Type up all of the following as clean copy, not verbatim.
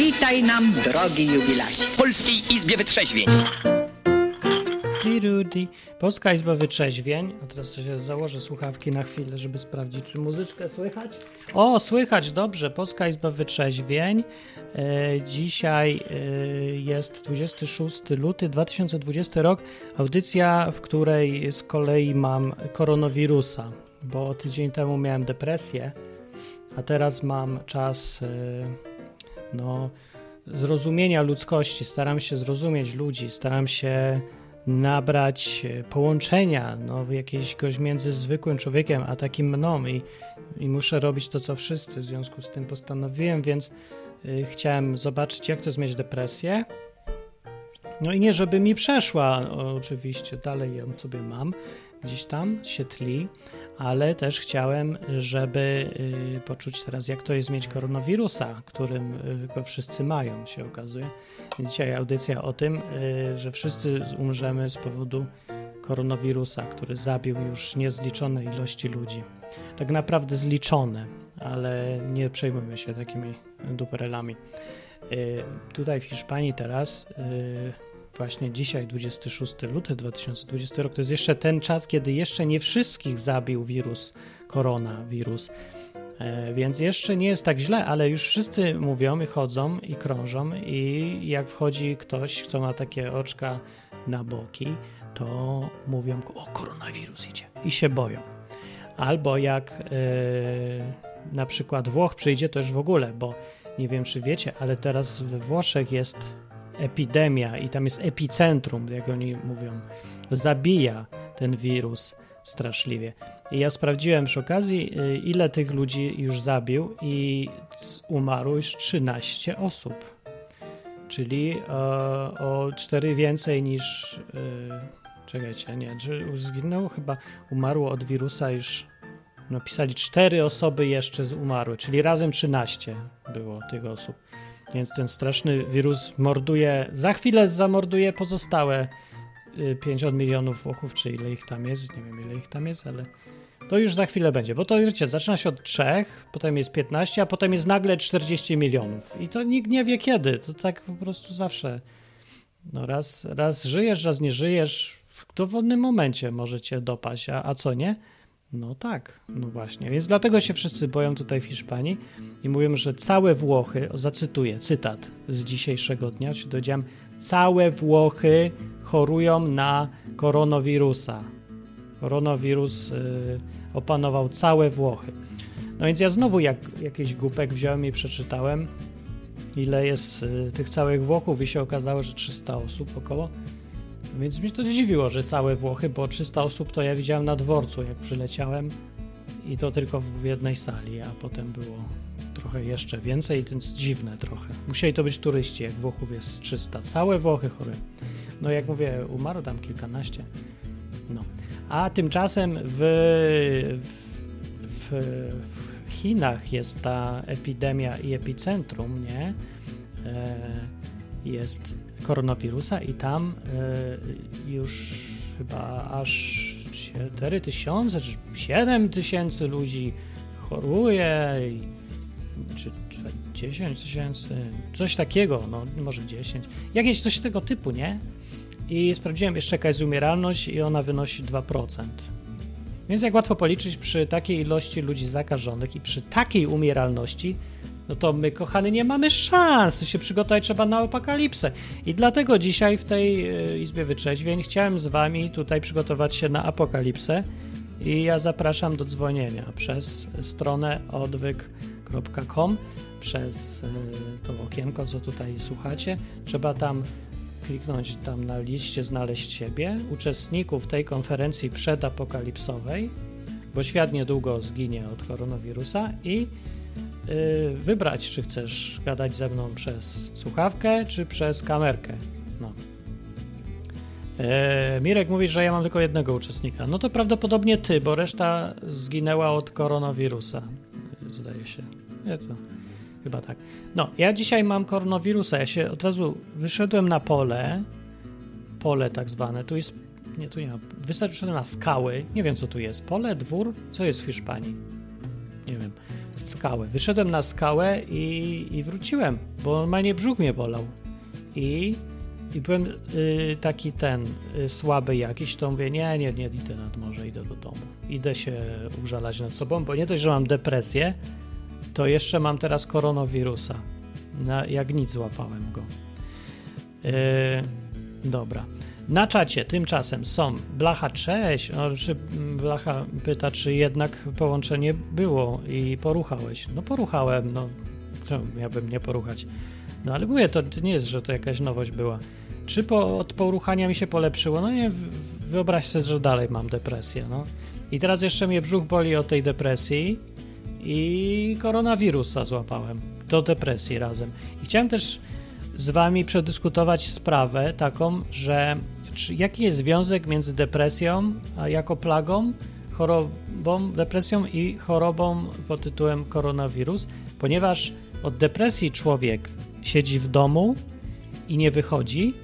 Witaj nam, drogi jubilacie. W Polskiej Izbie Wytrzeźwień. Polska Izba Wytrzeźwień. A teraz to się założę słuchawki na chwilę, żeby sprawdzić, czy muzyczkę słychać. O, słychać, dobrze. Polska Izba Wytrzeźwień. Dzisiaj jest 26 luty 2020 rok. Audycja, w której z kolei mam koronawirusa, bo tydzień temu miałem depresję, a teraz mam czas zrozumienia ludzkości. Staram się zrozumieć ludzi, staram się nabrać połączenia jakiegoś między zwykłym człowiekiem a takim mną i muszę robić to, co wszyscy. W związku z tym postanowiłem, więc chciałem zobaczyć, jak to jest mieć depresję. No i nie, żeby mi przeszła, oczywiście, dalej ją sobie mam, gdzieś tam się tli, ale też chciałem, żeby poczuć teraz, jak to jest mieć koronawirusa, którym go wszyscy mają, się okazuje. Więc dzisiaj audycja o tym, że wszyscy umrzemy z powodu koronawirusa, który zabił już niezliczone ilości ludzi. Tak naprawdę zliczone, ale nie przejmujmy się takimi duperelami. Tutaj w Hiszpanii teraz, właśnie dzisiaj, 26 luty 2020 rok, to jest jeszcze ten czas, kiedy jeszcze nie wszystkich zabił koronawirus. Więc jeszcze nie jest tak źle, ale już wszyscy mówią i chodzą i krążą i jak wchodzi ktoś, kto ma takie oczka na boki, to mówią, o, koronawirus idzie i się boją. Albo jak na przykład Włoch przyjdzie, to już w ogóle, bo nie wiem, czy wiecie, ale teraz we Włoszech jest epidemia i tam jest epicentrum, jak oni mówią, zabija ten wirus straszliwie. I ja sprawdziłem przy okazji, ile tych ludzi już zabił i umarło już 13 osób. Czyli o 4 więcej niż... zginęło chyba, umarło od wirusa już, napisali 4 osoby jeszcze umarły, czyli razem 13 było tych osób. Więc ten straszny wirus morduje, za chwilę zamorduje pozostałe 50 milionów Włochów, czy ile ich tam jest, nie wiem ile ich tam jest, ale to już za chwilę będzie, bo to wiecie, zaczyna się od 3, potem jest 15, a potem jest nagle 40 milionów i to nikt nie wie kiedy, to tak po prostu zawsze, raz żyjesz, raz nie żyjesz, w dowolnym momencie może cię dopaść, a co nie? No tak, no właśnie, więc dlatego się wszyscy boją tutaj w Hiszpanii i mówią, że całe Włochy, zacytuję, cytat z dzisiejszego dnia, się dowiedziałem, całe Włochy chorują na koronawirusa. Koronawirus opanował całe Włochy. No więc ja znowu jakiś głupek wziąłem i przeczytałem, ile jest tych całych Włochów i się okazało, że 300 osób około. Więc mnie to dziwiło, że całe Włochy, bo 300 osób to ja widziałem na dworcu, jak przyleciałem i to tylko w jednej sali, a potem było trochę jeszcze więcej, więc dziwne trochę. Musieli to być turyści, jak Włochów jest 300. Całe Włochy chory. No jak mówię, umarło tam kilkanaście. No. A tymczasem w Chinach jest ta epidemia i epicentrum, nie? Jest koronawirusa i tam już chyba aż 4000 czy 7000 ludzi choruje, czy 10 000, coś takiego, no może 10, jakieś coś tego typu, nie? I sprawdziłem jeszcze, jaka jest umieralność i ona wynosi 2%. Więc jak łatwo policzyć, przy takiej ilości ludzi zakażonych i przy takiej umieralności, no to my, kochany, nie mamy szans. Się przygotować trzeba na apokalipsę. I dlatego dzisiaj w tej Izbie Wytrzeźwień chciałem z wami tutaj przygotować się na apokalipsę i ja zapraszam do dzwonienia przez stronę odwyk.com, przez to okienko, co tutaj słuchacie. Trzeba tam kliknąć tam na liście, znaleźć siebie, uczestników tej konferencji przedapokalipsowej, bo świat niedługo zginie od koronawirusa i wybrać, czy chcesz gadać ze mną przez słuchawkę, czy przez kamerkę. No. Mirek mówi, że ja mam tylko jednego uczestnika. No to prawdopodobnie ty, bo reszta zginęła od koronawirusa. Zdaje się. Nie, to chyba tak. No, ja dzisiaj mam koronawirusa. Ja się od razu wyszedłem na pole tak zwane. Tu jest, nie, tu nie ma. Wyszedłem na skały. Nie wiem, co tu jest. Pole, dwór? Co jest w Hiszpanii? Nie wiem. skałę. Wyszedłem na skałę i wróciłem, bo normalnie brzuch mnie bolał. I byłem taki słaby jakiś, to mówię, nie idę nad morze, idę do domu. Idę się użalać nad sobą, bo nie dość, że mam depresję, to jeszcze mam teraz koronawirusa. Jak nic złapałem go. Dobra. Na czacie tymczasem są Blacha, cześć. Blacha pyta, czy jednak połączenie było i poruchałeś. No poruchałem, no czemu miałbym nie poruchać? No ale mówię, to nie jest, że to jakaś nowość była. Czy od poruchania mi się polepszyło? No nie, wyobraź sobie, że dalej mam depresję, no. I teraz jeszcze mnie brzuch boli od tej depresji i koronawirusa złapałem. Do depresji razem. I chciałem też z wami przedyskutować sprawę taką, że jaki jest związek między depresją a jako plagą, depresją i chorobą pod tytułem koronawirus, ponieważ od depresji człowiek siedzi w domu i nie wychodzi,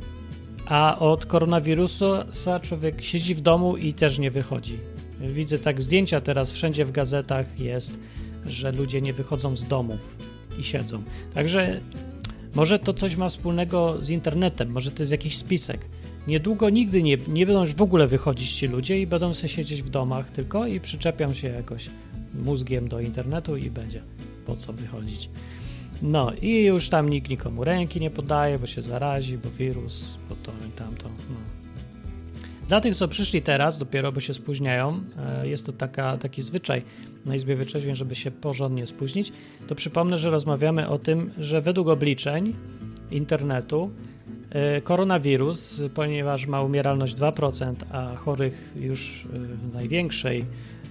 a od koronawirusa człowiek siedzi w domu i też nie wychodzi. Widzę tak zdjęcia teraz wszędzie w gazetach jest, że ludzie nie wychodzą z domów i siedzą. Także może to coś ma wspólnego z internetem, może to jest jakiś spisek. Niedługo nigdy nie będą już w ogóle wychodzić ci ludzie i będą sobie siedzieć w domach tylko i przyczepią się jakoś mózgiem do internetu i będzie po co wychodzić. No i już tam nikt nikomu ręki nie podaje, bo się zarazi, bo wirus, bo to i tamto. No. Dla tych, co przyszli teraz dopiero, bo się spóźniają, jest to taki zwyczaj na Izbie Wyczeźwień, żeby się porządnie spóźnić, to przypomnę, że rozmawiamy o tym, że według obliczeń internetu koronawirus, ponieważ ma umieralność 2%, a chorych już w największej,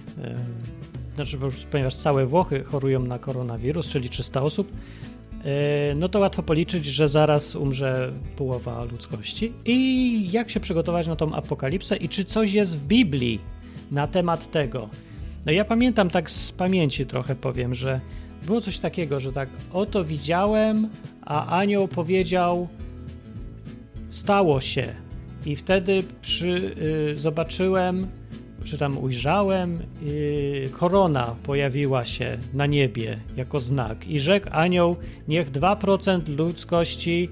ponieważ całe Włochy chorują na koronawirus, czyli 300 osób, no to łatwo policzyć, że zaraz umrze połowa ludzkości. I jak się przygotować na tą apokalipsę i czy coś jest w Biblii na temat tego? No ja pamiętam, tak z pamięci trochę powiem, że było coś takiego, że tak oto widziałem, a anioł powiedział stało się. I wtedy zobaczyłem, czy tam ujrzałem, korona pojawiła się na niebie jako znak. I rzekł anioł, niech 2% ludzkości,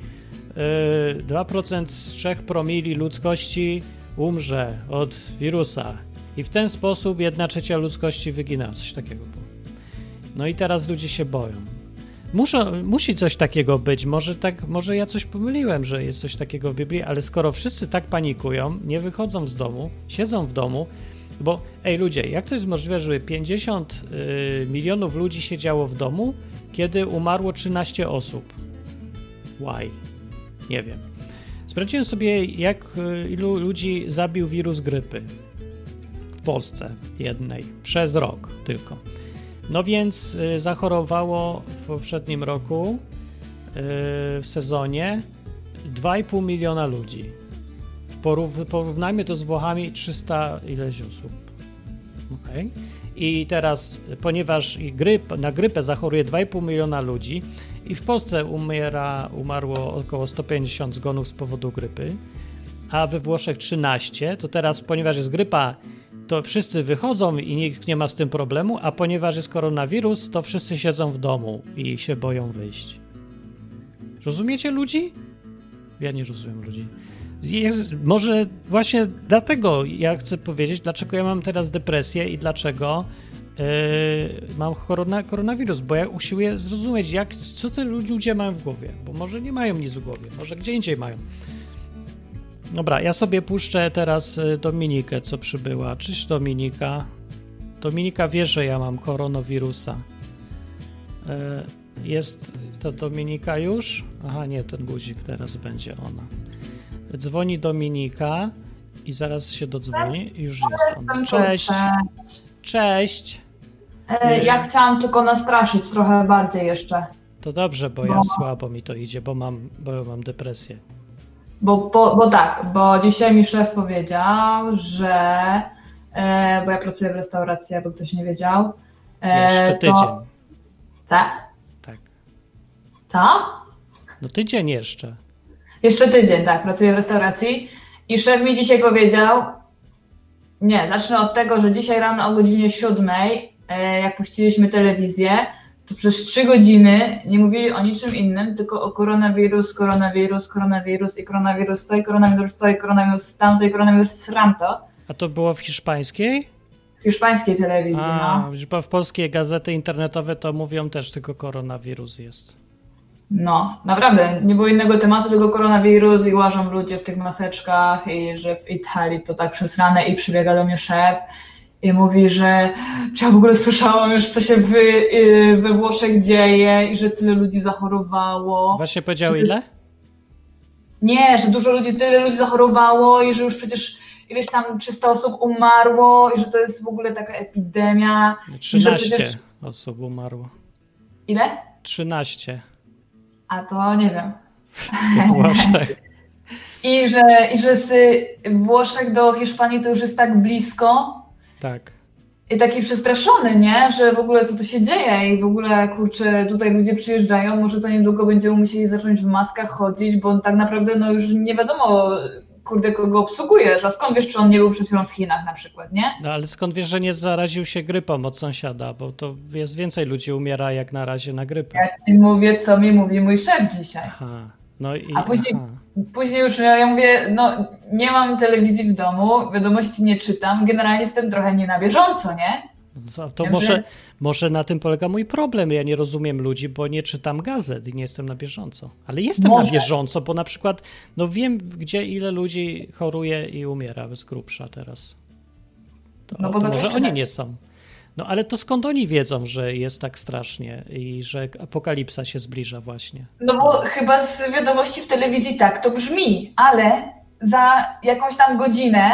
2% z 3 promili ludzkości umrze od wirusa. I w ten sposób 1/3 ludzkości wyginęła. Coś takiego było. No i teraz ludzie się boją. Musi coś takiego być. Może ja coś pomyliłem, że jest coś takiego w Biblii, ale skoro wszyscy tak panikują, nie wychodzą z domu, siedzą w domu, bo ludzie, jak to jest możliwe, żeby 50 milionów ludzi siedziało w domu, kiedy umarło 13 osób? Why? Nie wiem. Sprawdziłem sobie, ilu ludzi zabił wirus grypy w Polsce jednej przez rok tylko. No więc zachorowało w poprzednim roku w sezonie 2,5 miliona ludzi. Porównajmy to z Włochami 300 ileś osób. Okay. I teraz, ponieważ na grypę zachoruje 2,5 miliona ludzi i w Polsce umarło około 150 zgonów z powodu grypy, a we Włoszech 13, to teraz, ponieważ jest grypa, to wszyscy wychodzą i nikt nie ma z tym problemu, a ponieważ jest koronawirus, to wszyscy siedzą w domu i się boją wyjść. Rozumiecie ludzi? Ja nie rozumiem ludzi. Może właśnie dlatego ja chcę powiedzieć, dlaczego ja mam teraz depresję i dlaczego mam koronawirus, bo ja usiłuję zrozumieć, co te ludzie mają w głowie, bo może nie mają nic w głowie, może gdzie indziej mają. Dobra, ja sobie puszczę teraz Dominikę, co przybyła. Cześć Dominika. Dominika wie, że ja mam koronawirusa. Jest to Dominika już? Aha, nie, ten guzik teraz będzie ona. Dzwoni Dominika i zaraz się dodzwoni i już jest ona. Cześć. Cześć. Ja chciałam tylko nastraszyć trochę bardziej jeszcze. To dobrze, bo ja słabo mi to idzie, bo mam depresję. Bo dzisiaj mi szef powiedział, że bo ja pracuję w restauracji, jakby ktoś nie wiedział. Jeszcze tydzień. Tak? Tak. Co? No tydzień jeszcze. Jeszcze tydzień, tak, pracuję w restauracji i szef mi dzisiaj powiedział, zacznę od tego, że dzisiaj rano o godzinie 7 jak puściliśmy telewizję, to przez 3 godziny nie mówili o niczym innym, tylko o koronawirus i koronawirus to, i koronawirus to, i koronawirus tamto, i koronawirus sramto. A to było w hiszpańskiej? W hiszpańskiej telewizji, Bo w polskie gazety internetowe to mówią też tylko koronawirus jest. No, naprawdę, nie było innego tematu, tylko koronawirus i łażą ludzie w tych maseczkach i że w Italii to tak przesrane i przybiega do mnie szef i mówi, że czy ja w ogóle słyszałam już, co się we Włoszech dzieje i że tyle ludzi zachorowało. Właśnie powiedział ile? Nie, że tyle ludzi zachorowało i że już przecież ileś tam 300 osób umarło i że to jest w ogóle taka epidemia. 13 osób umarło. Ile? 13. A to nie wiem. W Włoszech. I że z Włoszech do Hiszpanii to już jest tak blisko. Tak. I taki przestraszony, nie? Że w ogóle co tu się dzieje i w ogóle, kurczę, tutaj ludzie przyjeżdżają, może za niedługo będziemy musieli zacząć w maskach chodzić, bo tak naprawdę no już nie wiadomo, kurde, kogo obsługujesz, a skąd wiesz, czy on nie był przed chwilą w Chinach na przykład, nie? No ale skąd wiesz, że nie zaraził się grypą od sąsiada, bo to jest więcej ludzi umiera jak na razie na grypę. Ja ci mówię, co mi mówi mój szef dzisiaj. Aha. No i, a później już ja mówię, no nie mam telewizji w domu, wiadomości nie czytam, generalnie jestem trochę nie na bieżąco, nie? To może na tym polega mój problem. Ja nie rozumiem ludzi, bo nie czytam gazet i nie jestem na bieżąco. Ale jestem na bieżąco, bo na przykład no wiem, gdzie ile ludzi choruje i umiera z grubsza teraz. To może oni nie są. No ale to skąd oni wiedzą, że jest tak strasznie i że apokalipsa się zbliża właśnie? No bo chyba z wiadomości w telewizji tak to brzmi, ale za jakąś tam godzinę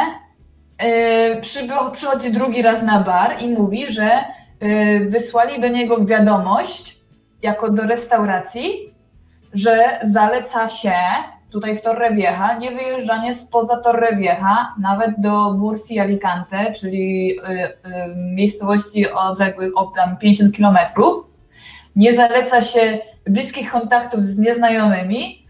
przychodzi drugi raz na bar i mówi, że wysłali do niego wiadomość jako do restauracji, że zaleca się tutaj w Torrevieja nie wyjeżdżanie spoza Torrevieja, nawet do Mursi i Alicante, czyli miejscowości odległych o tam 50 kilometrów. Nie zaleca się bliskich kontaktów z nieznajomymi,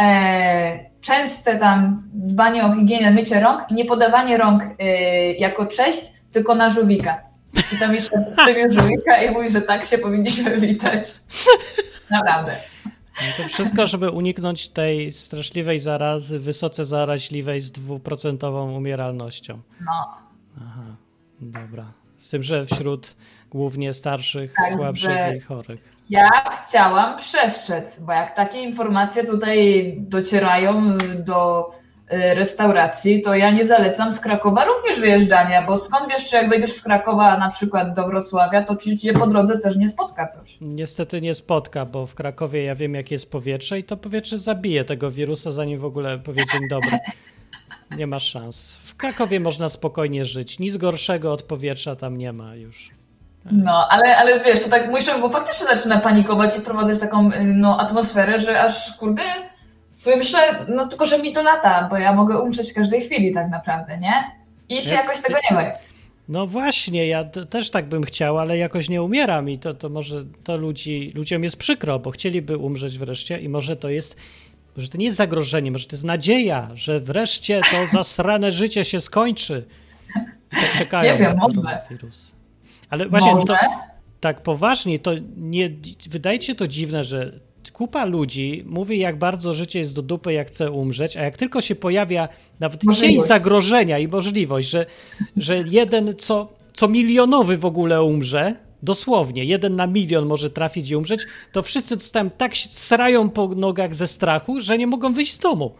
częste tam dbanie o higienę, mycie rąk i nie podawanie rąk jako cześć, tylko na żółwika. I tam jeszcze przybił żółwika i mówi, że tak się powinniśmy witać. Naprawdę. No to wszystko, żeby uniknąć tej straszliwej zarazy, wysoce zaraźliwej z 2% umieralnością. No. Aha, dobra. Z tym, że wśród głównie starszych, słabszych i chorych. Ja chciałam przestrzec, bo jak takie informacje tutaj docierają do restauracji, to ja nie zalecam z Krakowa również wyjeżdżania, bo skąd wiesz, czy jak wejdziesz z Krakowa na przykład do Wrocławia, to czy cię po drodze też nie spotka coś? Niestety nie spotka, bo w Krakowie ja wiem, jakie jest powietrze i to powietrze zabije tego wirusa, zanim w ogóle powie dzień dobry. Nie ma szans. W Krakowie można spokojnie żyć. Nic gorszego od powietrza tam nie ma już. No, ale wiesz, to tak mój szef, bo faktycznie zaczyna panikować i wprowadzać taką atmosferę, że aż kurde sobie myślę, no tylko, że mi to lata, bo ja mogę umrzeć w każdej chwili tak naprawdę, nie? I się jakoś tego nie boję. No właśnie, ja też tak bym chciał, ale jakoś nie umieram i to może to ludziom jest przykro, bo chcieliby umrzeć wreszcie i może to nie jest zagrożenie, może to jest nadzieja, że wreszcie to zasrane życie się skończy. I to czekają nie wiem, na koronawirus. Ale właśnie to, tak poważnie, to nie wydaje ci się to dziwne, że kupa ludzi mówi, jak bardzo życie jest do dupy, jak chce umrzeć, a jak tylko się pojawia nawet cień zagrożenia i możliwość, że jeden co milionowy w ogóle umrze, dosłownie, 1 na 1 000 000 może trafić i umrzeć, to wszyscy tam tak srają po nogach ze strachu, że nie mogą wyjść z domu.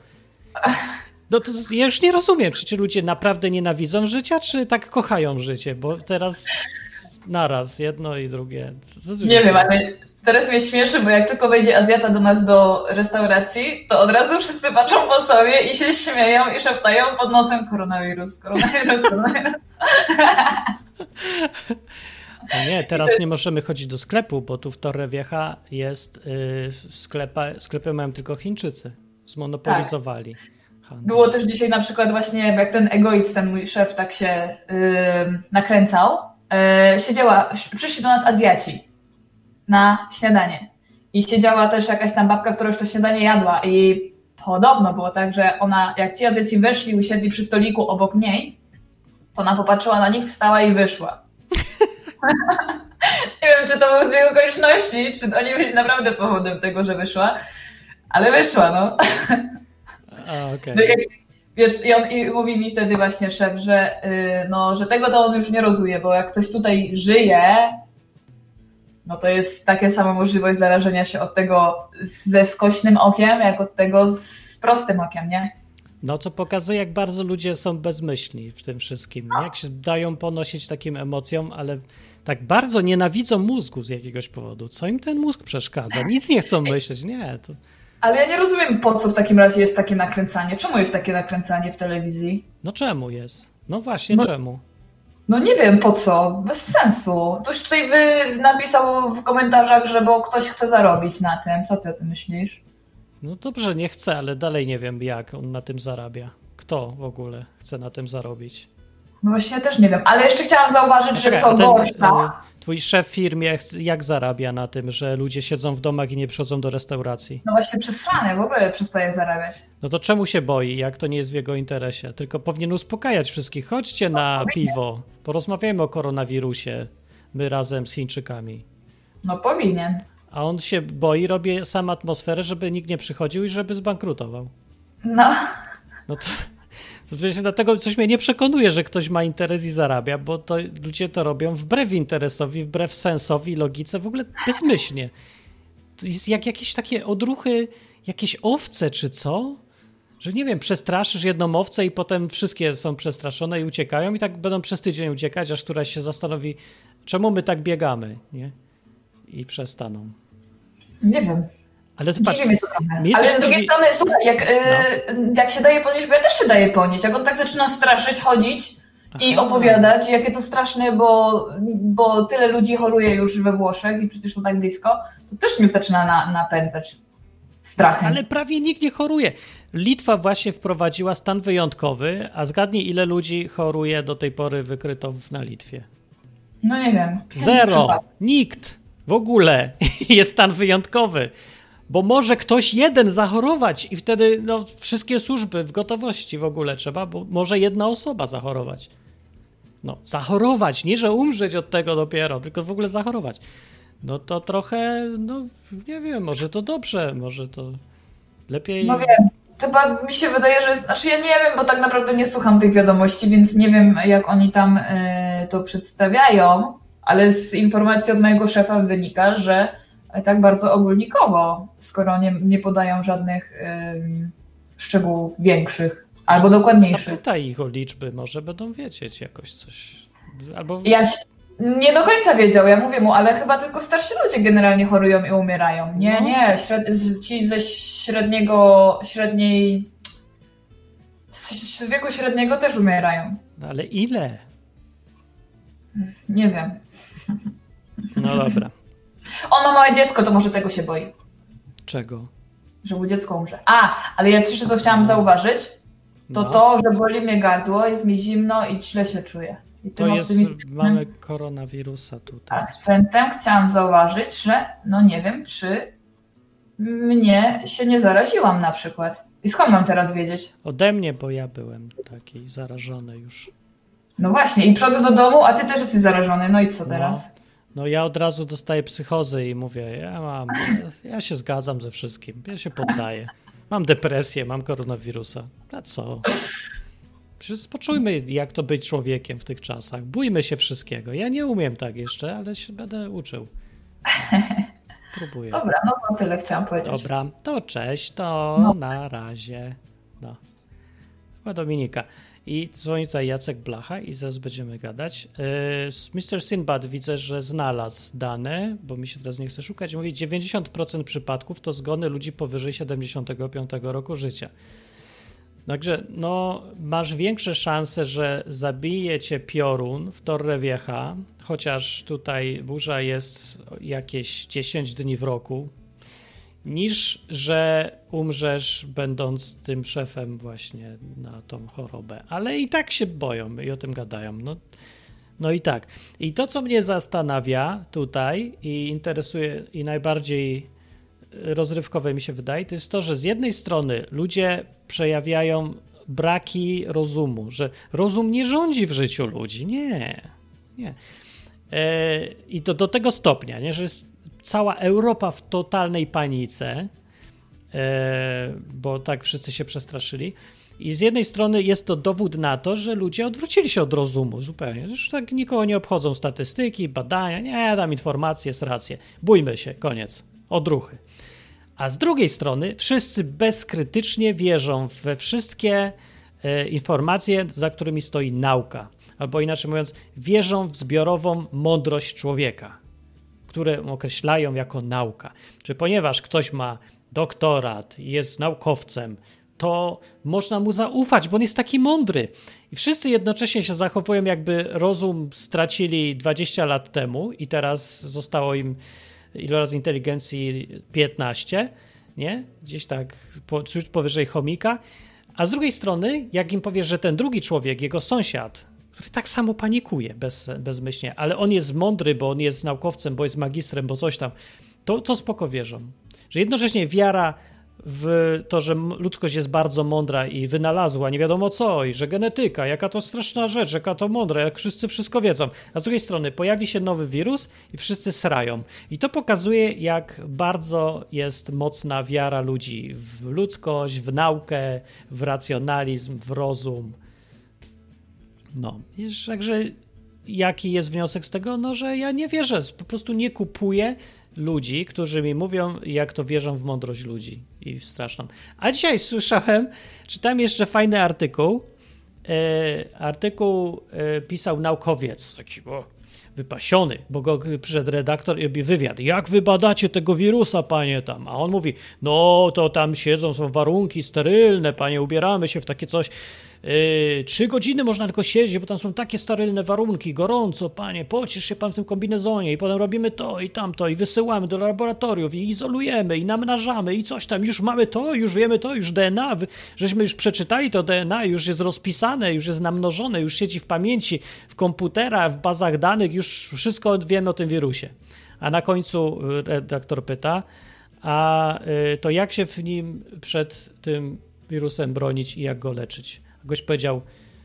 No to ja już nie rozumiem, czy ludzie naprawdę nienawidzą życia, czy tak kochają życie, bo teraz naraz jedno i drugie. Nie wiem, ale teraz mnie śmieszy, bo jak tylko wejdzie Azjata do nas do restauracji, to od razu wszyscy patrzą po sobie i się śmieją i szeptają pod nosem koronawirus. No nie, teraz nie możemy chodzić do sklepu, bo tu w Torrevieja jest sklepy mają tylko Chińczycy. Zmonopolizowali. Tak. Było też dzisiaj na przykład właśnie, jak ten egoist, ten mój szef tak się nakręcał, przyszli do nas Azjaci na śniadanie i siedziała też jakaś tam babka, która już to śniadanie jadła i podobno było tak, że ona, jak ci Azjaci weszli, usiedli przy stoliku obok niej, to ona popatrzyła na nich, wstała i wyszła. Nie wiem, czy to był zbieg okoliczności, czy oni byli naprawdę powodem tego, że wyszła, ale wyszła, no. Okay. No wiesz, i mówi mi wtedy właśnie szef, że, no, że tego to on już nie rozumie, bo jak ktoś tutaj żyje, no to jest taka sama możliwość zarażenia się od tego ze skośnym okiem, jak od tego z prostym okiem, nie? No, co pokazuje, jak bardzo ludzie są bezmyślni w tym wszystkim. Jak się dają ponosić takim emocjom, ale tak bardzo nienawidzą mózgu z jakiegoś powodu. Co im ten mózg przeszkadza? Nic nie chcą myśleć, nie. To... Ale ja nie rozumiem, po co w takim razie jest takie nakręcanie. Czemu jest takie nakręcanie w telewizji? No czemu jest? No właśnie, czemu? No nie wiem po co, bez sensu. Ktoś tutaj napisał w komentarzach, że bo ktoś chce zarobić na tym. Co ty o tym myślisz? No dobrze, nie chcę, ale dalej nie wiem, jak on na tym zarabia. Kto w ogóle chce na tym zarobić? No właśnie, ja też nie wiem, ale jeszcze chciałam zauważyć, że co gorsza... Twój szef w firmie jak zarabia na tym, że ludzie siedzą w domach i nie przychodzą do restauracji? No właśnie przesrane, w ogóle przestaje zarabiać. No to czemu się boi, jak to nie jest w jego interesie? Tylko powinien uspokajać wszystkich. Chodźcie na piwo, porozmawiajmy o koronawirusie, my razem z Chińczykami. No powinien. A on się boi, robi sam atmosferę, żeby nikt nie przychodził i żeby zbankrutował. No. No to przecież dlatego coś mnie nie przekonuje, że ktoś ma interes i zarabia, bo to ludzie to robią wbrew interesowi, wbrew sensowi, logice, w ogóle bezmyślnie. To jest jak jakieś takie odruchy, jakieś owce czy co? Że nie wiem, przestraszysz jedną owcę i potem wszystkie są przestraszone i uciekają i tak będą przez tydzień uciekać, aż któraś się zastanowi, czemu my tak biegamy, nie? I przestaną. Nie wiem. Ale to patrz, ale z drugiej strony, słuchaj, jak się daje ponieść, bo ja też się daję ponieść, jak on tak zaczyna straszyć, chodzić i opowiadać, jakie to straszne, bo tyle ludzi choruje już we Włoszech i przecież to tak blisko, to też mnie zaczyna napędzać strachem. Ale prawie nikt nie choruje. Litwa właśnie wprowadziła stan wyjątkowy, a zgadnij, ile ludzi choruje do tej pory wykryto na Litwie? No nie wiem. 0. Nikt. W ogóle jest stan wyjątkowy. Bo może ktoś jeden zachorować i wtedy no, wszystkie służby w gotowości w ogóle trzeba, bo może jedna osoba zachorować. No, zachorować, nie że umrzeć od tego dopiero, tylko w ogóle zachorować. No to trochę, no nie wiem, może to dobrze, może to lepiej... No wiem, chyba mi się wydaje, że... Znaczy ja nie wiem, bo tak naprawdę nie słucham tych wiadomości, więc nie wiem, jak oni tam to przedstawiają, ale z informacji od mojego szefa wynika, że tak bardzo ogólnikowo, skoro nie podają żadnych szczegółów większych albo dokładniejszych. Zapytaj ich o liczby, może będą wiedzieć jakoś coś. Albo... Ja nie do końca wiedział, ja mówię mu, ale chyba tylko starsi ludzie generalnie chorują i umierają. Nie, ci ze z wieku średniego też umierają. No ale ile? Nie wiem. No dobra. On ma małe dziecko, to może tego się boi. Czego? Że mu dziecko umrze. Ale ja jeszcze co chciałam zauważyć, to, że boli mnie gardło, jest mi zimno i źle się czuję. I to jest, mamy koronawirusa tutaj. Akcentem chciałam zauważyć, że no nie wiem, czy mnie się nie zaraziłam na przykład. I skąd mam teraz wiedzieć? Ode mnie, bo ja byłem taki zarażony już. No właśnie, i przychodzę do domu, a ty też jesteś zarażony, no i co teraz? No ja od razu dostaję psychozy i mówię, ja się zgadzam ze wszystkim, ja się poddaję. Mam depresję, mam koronawirusa. A co? Przecież poczujmy, jak to być człowiekiem w tych czasach. Bójmy się wszystkiego. Ja nie umiem tak jeszcze, ale się będę uczył. Próbuję. Dobra, no to tyle chciałam powiedzieć. Dobra, to cześć, to na razie. No. Chyba Dominika. I dzwoni tutaj Jacek Blacha i zaraz będziemy gadać. Mr. Sinbad widzę, że znalazł dane, bo mi się teraz nie chce szukać. Mówi, 90% przypadków to zgony ludzi powyżej 75 roku życia. Także no, masz większe szanse, że zabije cię piorun w Torrevieja, chociaż tutaj burza jest jakieś 10 dni w roku, niż że umrzesz będąc tym szefem właśnie na tą chorobę. Ale i tak się boją i o tym gadają. No i tak. I to, co mnie zastanawia tutaj i interesuje i najbardziej rozrywkowe mi się wydaje, to jest to, że z jednej strony ludzie przejawiają braki rozumu, że rozum nie rządzi w życiu ludzi. Nie. I to do tego stopnia, nie? Że jest cała Europa w totalnej panice, bo tak wszyscy się przestraszyli. I z jednej strony jest to dowód na to, że ludzie odwrócili się od rozumu zupełnie. Już tak nikogo nie obchodzą statystyki, badania, nie, dam informacje, jest rację. Bójmy się, koniec. Odruchy. A z drugiej strony wszyscy bezkrytycznie wierzą we wszystkie informacje, za którymi stoi nauka. Albo inaczej mówiąc, wierzą w zbiorową mądrość człowieka, które określają jako nauka. Czy ponieważ ktoś ma doktorat, jest naukowcem, to można mu zaufać, bo on jest taki mądry. I wszyscy jednocześnie się zachowują, jakby rozum stracili 20 lat temu i teraz zostało im iloraz inteligencji 15, nie? Gdzieś tak czuć powyżej chomika. A z drugiej strony, jak im powiesz, że ten drugi człowiek, jego sąsiad, który tak samo panikuje bezmyślnie, ale on jest mądry, bo on jest naukowcem, bo jest magistrem, bo coś tam, to spoko wierzą. Że jednocześnie wiara w to, że ludzkość jest bardzo mądra i wynalazła nie wiadomo co, i że genetyka, jaka to straszna rzecz, jaka to mądra, jak wszyscy wszystko wiedzą. A z drugiej strony pojawi się nowy wirus i wszyscy srają. I to pokazuje, jak bardzo jest mocna wiara ludzi w ludzkość, w naukę, w racjonalizm, w rozum. No, i także jaki jest wniosek z tego? No, że ja nie wierzę, po prostu nie kupuję ludzi, którzy mi mówią, jak to wierzą w mądrość ludzi i w straszną. A dzisiaj czytałem jeszcze fajny artykuł. Pisał naukowiec, taki wypasiony, bo go przyszedł redaktor i robi wywiad. Jak wy badacie tego wirusa, panie tam? A on mówi, no to tam siedzą, są warunki sterylne, panie, ubieramy się w takie coś. 3 godziny można tylko siedzieć, bo tam są takie sterylne warunki, gorąco, panie, pocisz się pan w tym kombinezonie i potem robimy to i tamto i wysyłamy do laboratoriów i izolujemy i namnażamy i coś tam, już mamy to, już wiemy to, już DNA, żeśmy już przeczytali to DNA, już jest rozpisane, już jest namnożone, już siedzi w pamięci, w komputerach, w bazach danych, już wszystko wiemy o tym wirusie. A na końcu redaktor pyta, a to jak się w nim przed tym wirusem bronić i jak go leczyć? Gość powiedział,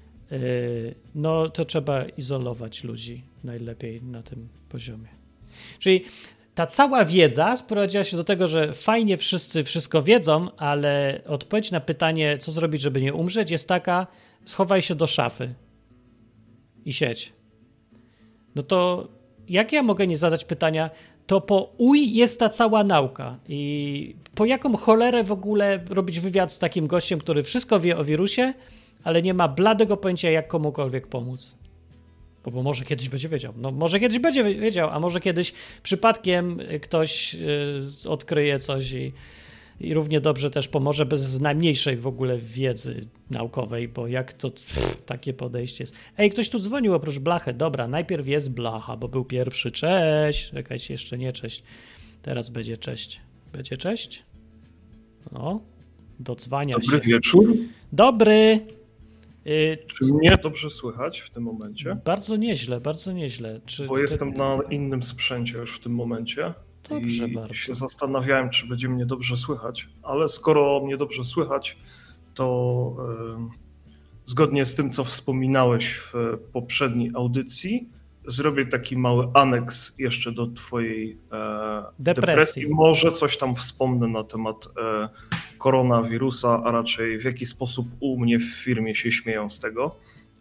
no to trzeba izolować ludzi najlepiej na tym poziomie. Czyli ta cała wiedza sprowadziła się do tego, że fajnie wszyscy wszystko wiedzą, ale odpowiedź na pytanie, co zrobić, żeby nie umrzeć, jest taka, schowaj się do szafy i siedź. No to jak ja mogę nie zadać pytania, to po jest ta cała nauka i po jaką cholerę w ogóle robić wywiad z takim gościem, który wszystko wie o wirusie, ale nie ma bladego pojęcia, jak komukolwiek pomóc. Bo może kiedyś będzie wiedział. No może kiedyś będzie wiedział, a może kiedyś przypadkiem ktoś odkryje coś i równie dobrze też pomoże bez najmniejszej w ogóle wiedzy naukowej, bo jak to takie podejście jest. Ej, ktoś tu dzwonił oprócz Blachy. Dobra, najpierw jest Blacha, bo był pierwszy. Cześć. Czekajcie, jeszcze nie cześć. Teraz będzie cześć. Będzie cześć? No, dodzwania się. Dobry wieczór. Dobry. Czy mnie dobrze słychać w tym momencie? Bardzo nieźle, bardzo nieźle. Bo jestem na innym sprzęcie już w tym momencie. Dobrze i bardzo. się zastanawiałem, czy będzie mnie dobrze słychać, ale skoro mnie dobrze słychać, to zgodnie z tym, co wspominałeś w poprzedniej audycji, zrobię taki mały aneks jeszcze do twojej depresji. Może coś tam wspomnę na temat koronawirusa, a raczej w jaki sposób u mnie w firmie się śmieją z tego.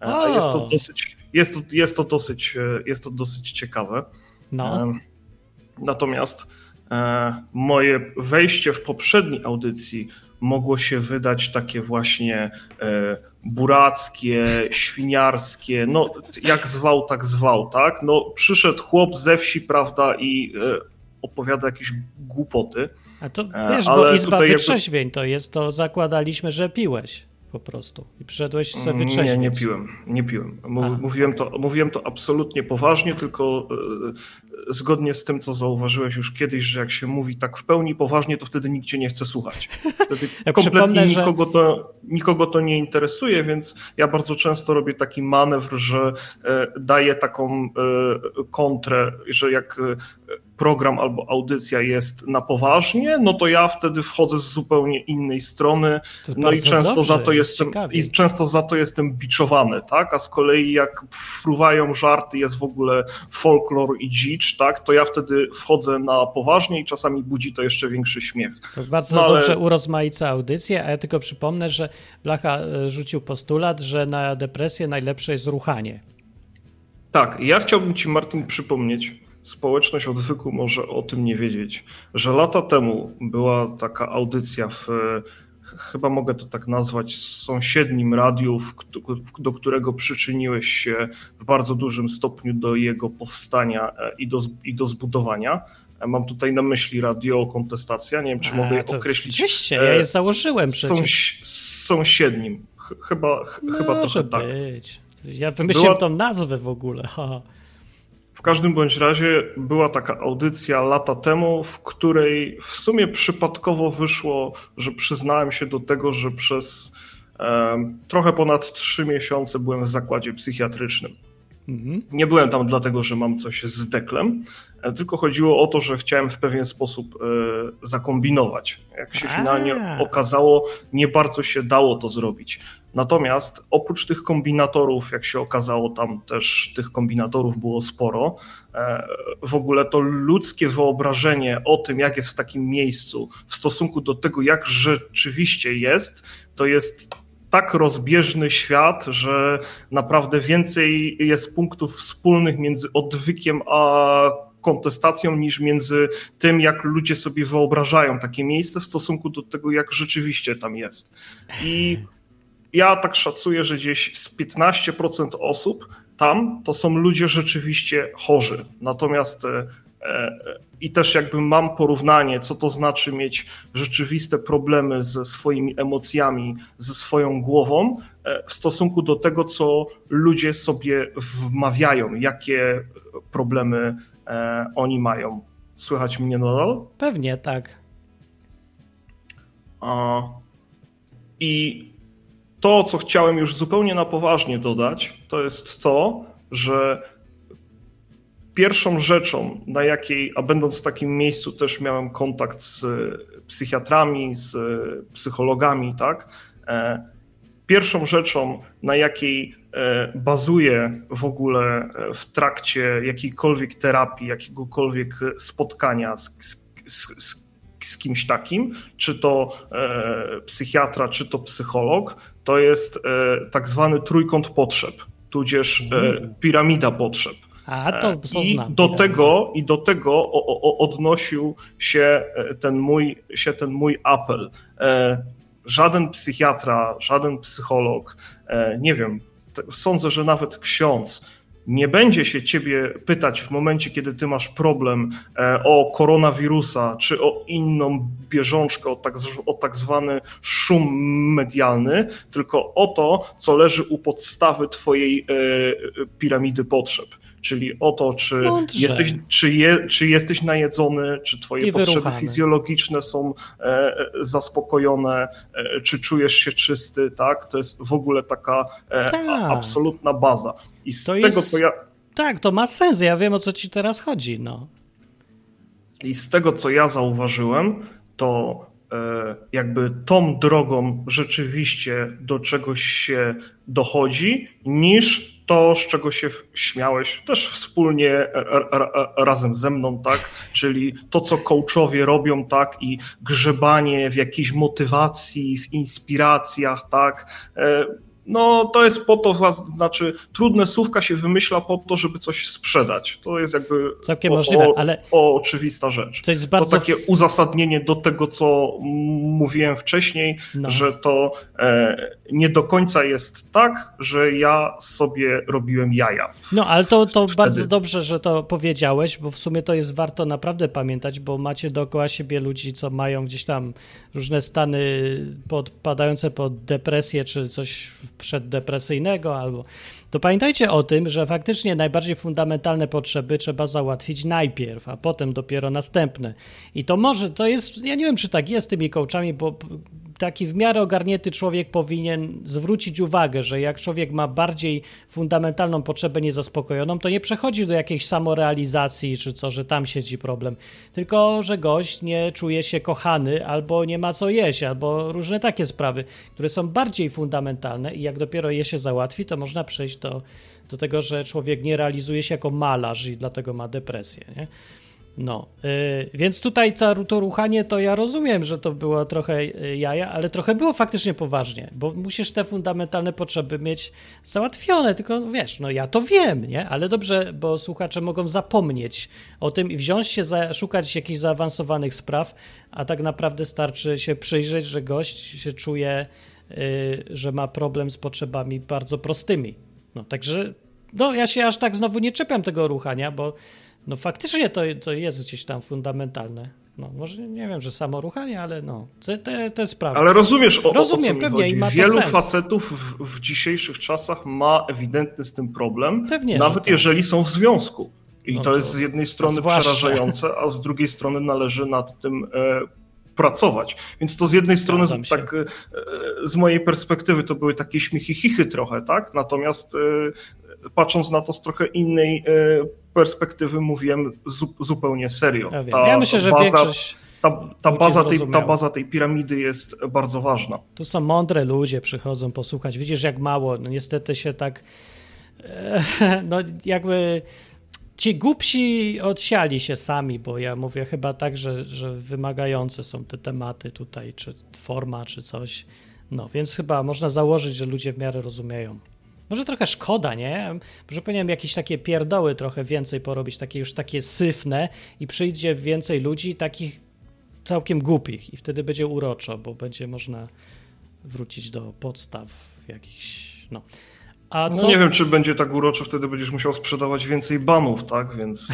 Jest to dosyć ciekawe. No. Natomiast moje wejście w poprzedniej audycji mogło się wydać takie właśnie burackie, świniarskie, no jak zwał, tak zwał, tak? No przyszedł chłop ze wsi, prawda, i opowiada jakieś głupoty. A to wiesz, bo Izba Wytrzeźwień to zakładaliśmy, że piłeś po prostu i przyszedłeś sobie wytrzeźwieć. Nie piłem. Mówiłem to absolutnie poważnie, tylko zgodnie z tym, co zauważyłeś już kiedyś, że jak się mówi tak w pełni poważnie, to wtedy nikt cię nie chce słuchać. Wtedy ja kompletnie nikogo to nie interesuje, więc ja bardzo często robię taki manewr, że daję taką kontrę, że jak program albo audycja jest na poważnie, no to ja wtedy wchodzę z zupełnie innej strony, no i często za to jestem biczowany, tak? A z kolei jak fruwają żarty, jest w ogóle folklor i dzicz, tak? To ja wtedy wchodzę na poważnie i czasami budzi to jeszcze większy śmiech. To bardzo dobrze urozmaica audycję, a ja tylko przypomnę, że Blacha rzucił postulat, że na depresję najlepsze jest ruchanie. Tak, ja chciałbym ci, Martin, przypomnieć, społeczność odwyku może o tym nie wiedzieć, że lata temu była taka audycja chyba mogę to tak nazwać, sąsiednim radiu, do którego przyczyniłeś się w bardzo dużym stopniu do jego powstania i do zbudowania. Mam tutaj na myśli Radio Kontestacja, nie wiem, czy mogę określić. Oczywiście, ja je założyłem przecież. Sąsiednim, chyba trochę tak. Być. Ja wymyśliłem tą nazwę w ogóle. W każdym bądź razie była taka audycja lata temu, w której w sumie przypadkowo wyszło, że przyznałem się do tego, że przez trochę ponad 3 miesiące byłem w zakładzie psychiatrycznym. Nie byłem tam dlatego, że mam coś z deklem, tylko chodziło o to, że chciałem w pewien sposób zakombinować. Jak się finalnie okazało, nie bardzo się dało to zrobić. Natomiast oprócz tych kombinatorów, jak się okazało, tam też tych kombinatorów było sporo, w ogóle to ludzkie wyobrażenie o tym, jak jest w takim miejscu w stosunku do tego, jak rzeczywiście jest, to jest tak rozbieżny świat, że naprawdę więcej jest punktów wspólnych między odwykiem a kontestacją niż między tym, jak ludzie sobie wyobrażają takie miejsce w stosunku do tego, jak rzeczywiście tam jest. I ja tak szacuję, że gdzieś z 15% osób tam to są ludzie rzeczywiście chorzy. Natomiast i też jakby mam porównanie, co to znaczy mieć rzeczywiste problemy ze swoimi emocjami, ze swoją głową w stosunku do tego, co ludzie sobie wmawiają, jakie problemy oni mają. Słychać mnie nadal? Pewnie, tak. I to, co chciałem już zupełnie na poważnie dodać, to jest to, że pierwszą rzeczą, na jakiej, a będąc w takim miejscu też miałem kontakt z psychiatrami, z psychologami, tak? Pierwszą rzeczą, na jakiej bazuję w ogóle w trakcie jakiejkolwiek terapii, jakiegokolwiek spotkania z kimś takim, czy to psychiatra, czy to psycholog, to jest tak zwany trójkąt potrzeb, tudzież piramida potrzeb. I do tego odnosił się ten mój apel. Żaden psychiatra, żaden psycholog, nie wiem, sądzę, że nawet ksiądz nie będzie się ciebie pytać w momencie, kiedy ty masz problem o koronawirusa, czy o inną bieżączkę, o tak zwany szum medialny, tylko o to, co leży u podstawy twojej piramidy potrzeb. Czyli o to, czy jesteś najedzony, czy twoje potrzeby fizjologiczne są zaspokojone, czy czujesz się czysty, tak? To jest w ogóle taka absolutna baza. I z tego, co ja... Tak, to ma sens, ja wiem, o co ci teraz chodzi, no. I z tego, co ja zauważyłem, to jakby tą drogą rzeczywiście do czegoś się dochodzi, niż to, z czego się śmiałeś, też wspólnie razem ze mną, tak? Czyli to, co coachowie robią, tak? I grzebanie w jakiejś motywacji, w inspiracjach, tak? No to jest po to, znaczy trudne słówka się wymyśla po to, żeby coś sprzedać. To jest jakby całkiem możliwe, ale oczywista rzecz. To takie uzasadnienie do tego, co mówiłem wcześniej, że to nie do końca jest tak, że ja sobie robiłem jaja. No ale to bardzo dobrze, że to powiedziałeś, bo w sumie to jest warto naprawdę pamiętać, bo macie dookoła siebie ludzi, co mają gdzieś tam różne stany podpadające pod depresję, czy coś przeddepresyjnego, albo to pamiętajcie o tym, że faktycznie najbardziej fundamentalne potrzeby trzeba załatwić najpierw, a potem dopiero następne. I to jest, ja nie wiem, czy tak jest z tymi coachami, bo taki w miarę ogarnięty człowiek powinien zwrócić uwagę, że jak człowiek ma bardziej fundamentalną potrzebę niezaspokojoną, to nie przechodzi do jakiejś samorealizacji czy co, że tam siedzi problem, tylko że gość nie czuje się kochany albo nie ma co jeść, albo różne takie sprawy, które są bardziej fundamentalne i jak dopiero je się załatwi, to można przejść do tego, że człowiek nie realizuje się jako malarz i dlatego ma depresję, nie? No, więc tutaj to ruchanie, to ja rozumiem, że to było trochę jaja, ale trochę było faktycznie poważnie, bo musisz te fundamentalne potrzeby mieć załatwione, tylko wiesz, no ja to wiem, nie? Ale dobrze, bo słuchacze mogą zapomnieć o tym i wziąć się, szukać jakichś zaawansowanych spraw, a tak naprawdę starczy się przyjrzeć, że gość się czuje, że ma problem z potrzebami bardzo prostymi. No, także, no ja się aż tak znowu nie czepiam tego ruchania, bo no faktycznie to jest gdzieś tam fundamentalne. No może nie wiem, że samo ruchanie, ale no, te sprawy. Ale rozumiesz, o co mi pewnie, chodzi. i ma Wielu to sens. facetów w dzisiejszych czasach ma ewidentny z tym problem, Pewnie, nawet tak. jeżeli są w związku. I No to jest z jednej strony zwłaszcza. przerażające, a z drugiej strony należy nad tym pracować. Więc to z jednej strony tak z mojej perspektywy to były takie śmiechichy trochę, tak? Natomiast patrząc na to z trochę innej perspektywy mówiłem zupełnie serio. Ja myślę, że większość ta baza tej piramidy jest bardzo ważna. Tu są mądre ludzie, przychodzą posłuchać. Widzisz, jak mało. No niestety się tak no jakby ci głupsi odsiali się sami, bo ja mówię chyba tak, że wymagające są te tematy tutaj, czy forma, czy coś. No więc chyba można założyć, że ludzie w miarę rozumieją. Może trochę szkoda, nie? Może powinienem jakieś takie pierdoły trochę więcej porobić, takie już takie syfne i przyjdzie więcej ludzi takich całkiem głupich i wtedy będzie uroczo, bo będzie można wrócić do podstaw jakichś, no. A co? No nie wiem, czy będzie tak uroczo, wtedy będziesz musiał sprzedawać więcej banów, tak? Więc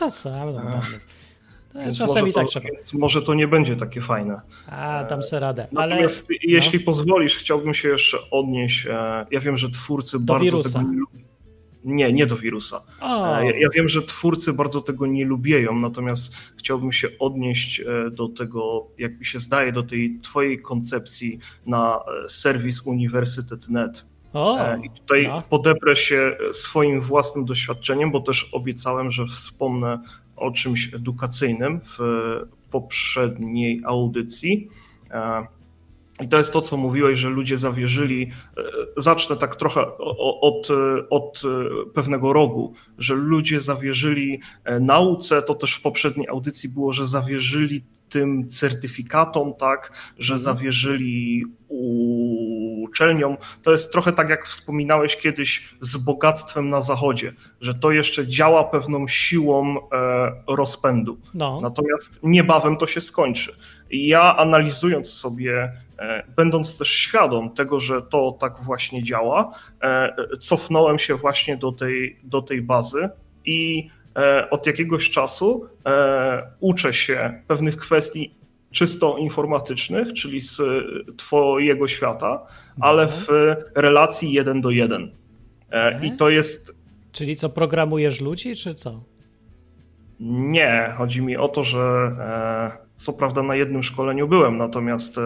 więc może to nie będzie takie fajne. Dam sobie radę. Natomiast jeśli pozwolisz, chciałbym się jeszcze odnieść. Ja wiem, że twórcy bardzo wirusa. tego nie lubią. Nie do wirusa. Ja wiem, że twórcy bardzo tego nie lubią, natomiast chciałbym się odnieść do tego, jak mi się zdaje, do tej twojej koncepcji na serwis uniwersytet.net. I tutaj podeprę się swoim własnym doświadczeniem, bo też obiecałem, że wspomnę o czymś edukacyjnym w poprzedniej audycji. I to jest to, co mówiłeś, że ludzie zawierzyli, zacznę tak trochę od pewnego rogu, że ludzie zawierzyli nauce, to też w poprzedniej audycji było, że zawierzyli tym certyfikatom, tak, że zawierzyli uczelniom. To jest trochę tak, jak wspominałeś kiedyś z bogactwem na zachodzie, że to jeszcze działa pewną siłą rozpędu. No. Natomiast niebawem to się skończy. I ja analizując sobie, będąc też świadom tego, że to tak właśnie działa, cofnąłem się właśnie do tej bazy i od jakiegoś czasu uczę się pewnych kwestii czysto informatycznych, czyli z twojego świata, ale w relacji 1 do 1. I to jest... Czyli co, programujesz ludzi, czy co? Nie, chodzi mi o to, że co prawda na jednym szkoleniu byłem, natomiast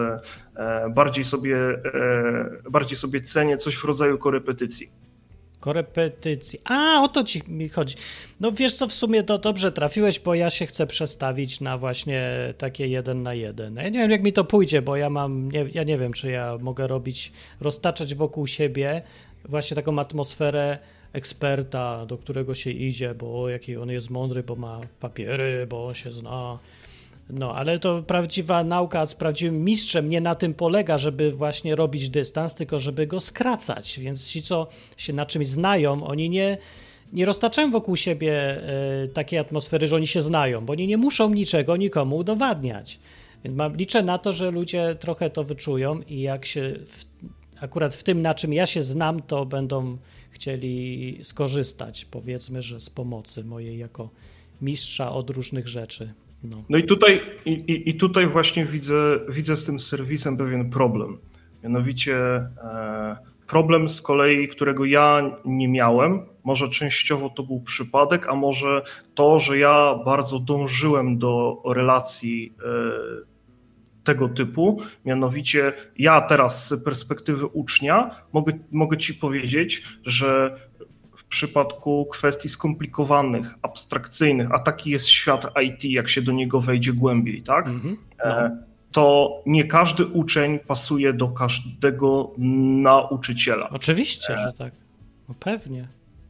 bardziej sobie cenię coś w rodzaju korepetycji. Korepetycji. O to mi chodzi. No wiesz co, w sumie to dobrze trafiłeś, bo ja się chcę przestawić na właśnie takie 1 na 1. Ja nie wiem, jak mi to pójdzie, bo ja nie wiem, czy ja mogę roztaczać wokół siebie właśnie taką atmosferę eksperta, do którego się idzie, bo jaki on jest mądry, bo ma papiery, bo on się zna. No, ale to prawdziwa nauka z prawdziwym mistrzem nie na tym polega, żeby właśnie robić dystans, tylko żeby go skracać. Więc ci, co się na czymś znają, oni nie roztaczają wokół siebie takiej atmosfery, że oni się znają, bo oni nie muszą niczego nikomu udowadniać. Więc liczę na to, że ludzie trochę to wyczują i jak się akurat w tym, na czym ja się znam, to będą chcieli skorzystać, powiedzmy, że z pomocy mojej jako mistrza od różnych rzeczy. No i tutaj właśnie widzę z tym serwisem pewien problem. Mianowicie problem z kolei, którego ja nie miałem, może częściowo to był przypadek, a może to, że ja bardzo dążyłem do relacji tego typu, mianowicie ja teraz z perspektywy ucznia mogę ci powiedzieć, że w przypadku kwestii skomplikowanych, abstrakcyjnych, a taki jest świat IT, jak się do niego wejdzie głębiej, tak? To nie każdy uczeń pasuje do każdego nauczyciela. Oczywiście, że tak. No pewnie.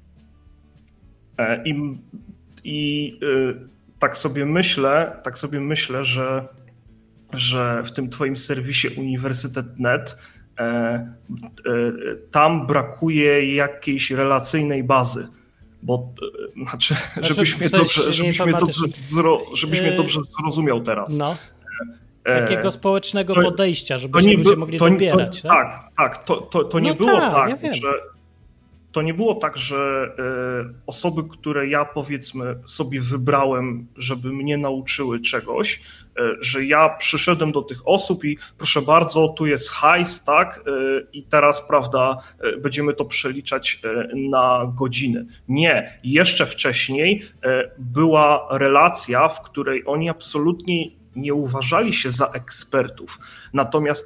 I tak sobie myślę, że w tym twoim serwisie Uniwersytet.net tam brakuje jakiejś relacyjnej bazy, bo żebyś mnie dobrze zrozumiał teraz. No. Takiego społecznego podejścia, żeby się ludzie mogli dobierać. Tak, to nie było tak, to nie było tak, że osoby, które ja powiedzmy sobie wybrałem, żeby mnie nauczyły czegoś, że ja przyszedłem do tych osób i proszę bardzo, tu jest hajs, tak, i teraz, prawda, będziemy to przeliczać na godziny. Nie, jeszcze wcześniej była relacja, w której oni absolutnie nie uważali się za ekspertów. Natomiast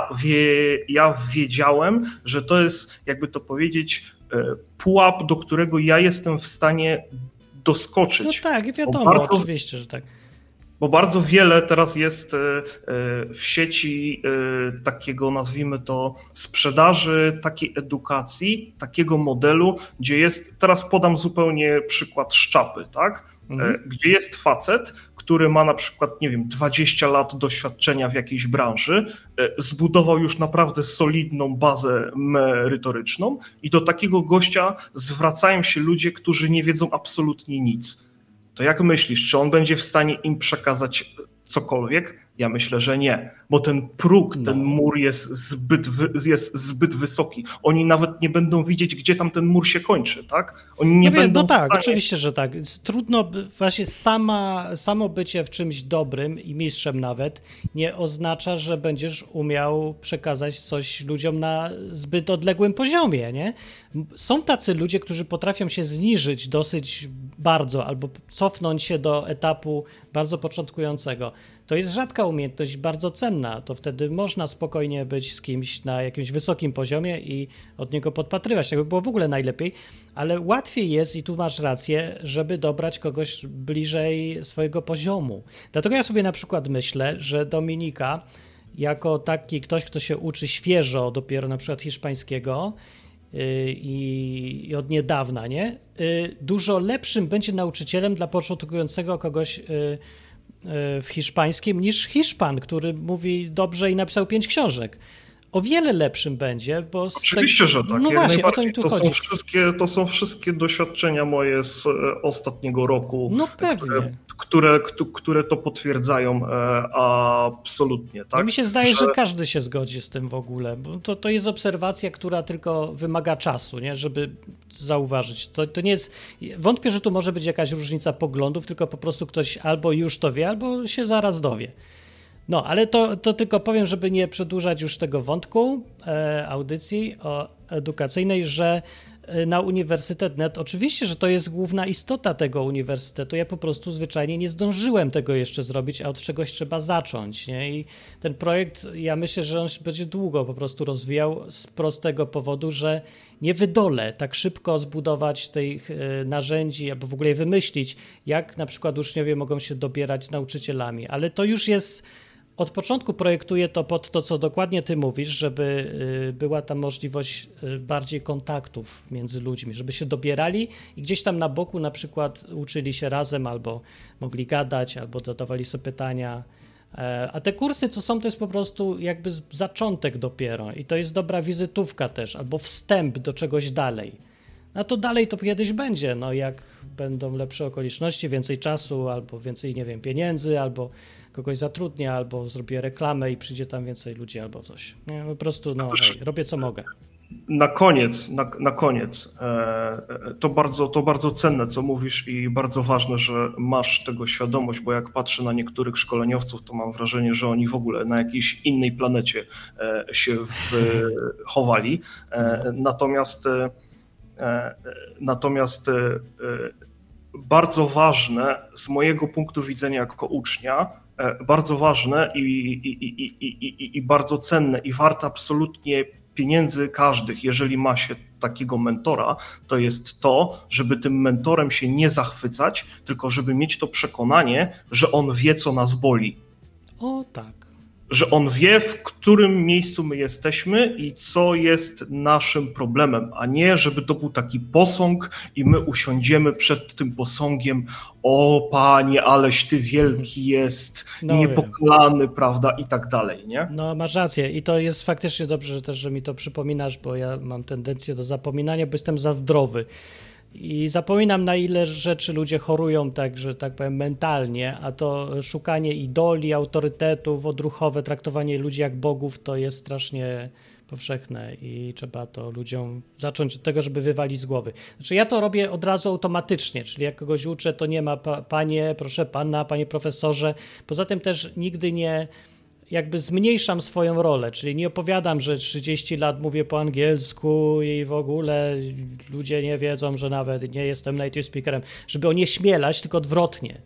ja wiedziałem, że to jest, jakby to powiedzieć, pułap, do którego ja jestem w stanie doskoczyć. No tak, wiadomo, oczywiście, że tak. Bo bardzo wiele teraz jest w sieci takiego, nazwijmy to, sprzedaży, takiej edukacji, takiego modelu, gdzie jest, teraz podam zupełnie przykład Szczapy, tak? Gdzie jest facet, który ma na przykład, nie wiem, 20 lat doświadczenia w jakiejś branży, zbudował już naprawdę solidną bazę merytoryczną i do takiego gościa zwracają się ludzie, którzy nie wiedzą absolutnie nic. To jak myślisz, czy on będzie w stanie im przekazać cokolwiek? Ja myślę, że nie, bo ten próg, ten mur jest zbyt wysoki. Oni nawet nie będą widzieć, gdzie tam ten mur się kończy, tak? Oni nie będą w stanie... oczywiście, że tak. Trudno, właśnie samo bycie w czymś dobrym i mistrzem nawet nie oznacza, że będziesz umiał przekazać coś ludziom na zbyt odległym poziomie, nie? Są tacy ludzie, którzy potrafią się zniżyć dosyć bardzo albo cofnąć się do etapu bardzo początkującego. To jest rzadka umiejętność, bardzo cenna. To wtedy można spokojnie być z kimś na jakimś wysokim poziomie i od niego podpatrywać. Tak by było w ogóle najlepiej, ale łatwiej jest, i tu masz rację, żeby dobrać kogoś bliżej swojego poziomu. Dlatego ja sobie na przykład myślę, że Dominika jako taki ktoś, kto się uczy świeżo dopiero na przykład hiszpańskiego i od niedawna, nie? Dużo lepszym będzie nauczycielem dla początkującego kogoś w hiszpańskim niż Hiszpan, który mówi dobrze i napisał 5 książek. O wiele lepszym będzie, bo... Oczywiście, że tak. No właśnie, o to mi tu chodzi. To są wszystkie doświadczenia moje z ostatniego roku, no pewnie. Które to potwierdzają absolutnie. Tak? No mi się zdaje, że każdy się zgodzi z tym w ogóle, bo to jest obserwacja, która tylko wymaga czasu, nie? Żeby zauważyć. To nie jest... Wątpię, że tu może być jakaś różnica poglądów, tylko po prostu ktoś albo już to wie, albo się zaraz dowie. No, ale to tylko powiem, żeby nie przedłużać już tego wątku audycji edukacyjnej, że na Uniwersytet.net oczywiście, że to jest główna istota tego uniwersytetu. Ja po prostu zwyczajnie nie zdążyłem tego jeszcze zrobić, a od czegoś trzeba zacząć. Nie? I ten projekt, ja myślę, że on się będzie długo po prostu rozwijał z prostego powodu, że nie wydolę tak szybko zbudować tych narzędzi albo w ogóle je wymyślić, jak na przykład uczniowie mogą się dobierać z nauczycielami. Ale to już jest... Od początku projektuję to pod to, co dokładnie ty mówisz, żeby była tam możliwość bardziej kontaktów między ludźmi, żeby się dobierali i gdzieś tam na boku na przykład uczyli się razem albo mogli gadać, albo zadawali sobie pytania. A te kursy, co są, to jest po prostu jakby zaczątek dopiero i to jest dobra wizytówka też, albo wstęp do czegoś dalej. A to dalej to kiedyś będzie, no jak będą lepsze okoliczności, więcej czasu, albo więcej, nie wiem, pieniędzy, albo kogoś zatrudnię, albo zrobię reklamę i przyjdzie tam więcej ludzi, albo coś. Nie, po prostu robię co mogę. Na koniec, to bardzo cenne, co mówisz i bardzo ważne, że masz tego świadomość, bo jak patrzę na niektórych szkoleniowców, to mam wrażenie, że oni w ogóle na jakiejś innej planecie się chowali. Natomiast bardzo ważne z mojego punktu widzenia jako ucznia bardzo ważne i bardzo cenne i warte absolutnie pieniędzy każdych, jeżeli ma się takiego mentora, to jest to, żeby tym mentorem się nie zachwycać, tylko żeby mieć to przekonanie, że on wie, co nas boli. O tak. Że on wie, w którym miejscu my jesteśmy i co jest naszym problemem, a nie, żeby to był taki posąg i my usiądziemy przed tym posągiem, o Panie, aleś Ty wielki jest, niepokalany, prawda, i tak dalej, nie? No masz rację i to jest faktycznie dobrze, że też, że mi to przypominasz, bo ja mam tendencję do zapominania, bo jestem za zdrowy. I zapominam, na ile rzeczy ludzie chorują, tak, że tak powiem, mentalnie, a to szukanie idoli, autorytetów, odruchowe traktowanie ludzi jak bogów to jest strasznie powszechne i trzeba to ludziom zacząć od tego, żeby wywalić z głowy. Znaczy ja to robię od razu automatycznie, czyli jak kogoś uczę, to nie ma panie, proszę pana, panie profesorze. Poza tym też nigdy nie jakby zmniejszam swoją rolę, czyli nie opowiadam, że 30 lat mówię po angielsku i w ogóle ludzie nie wiedzą, że nawet nie jestem native speakerem, żeby onieśmielać, tylko odwrotnie.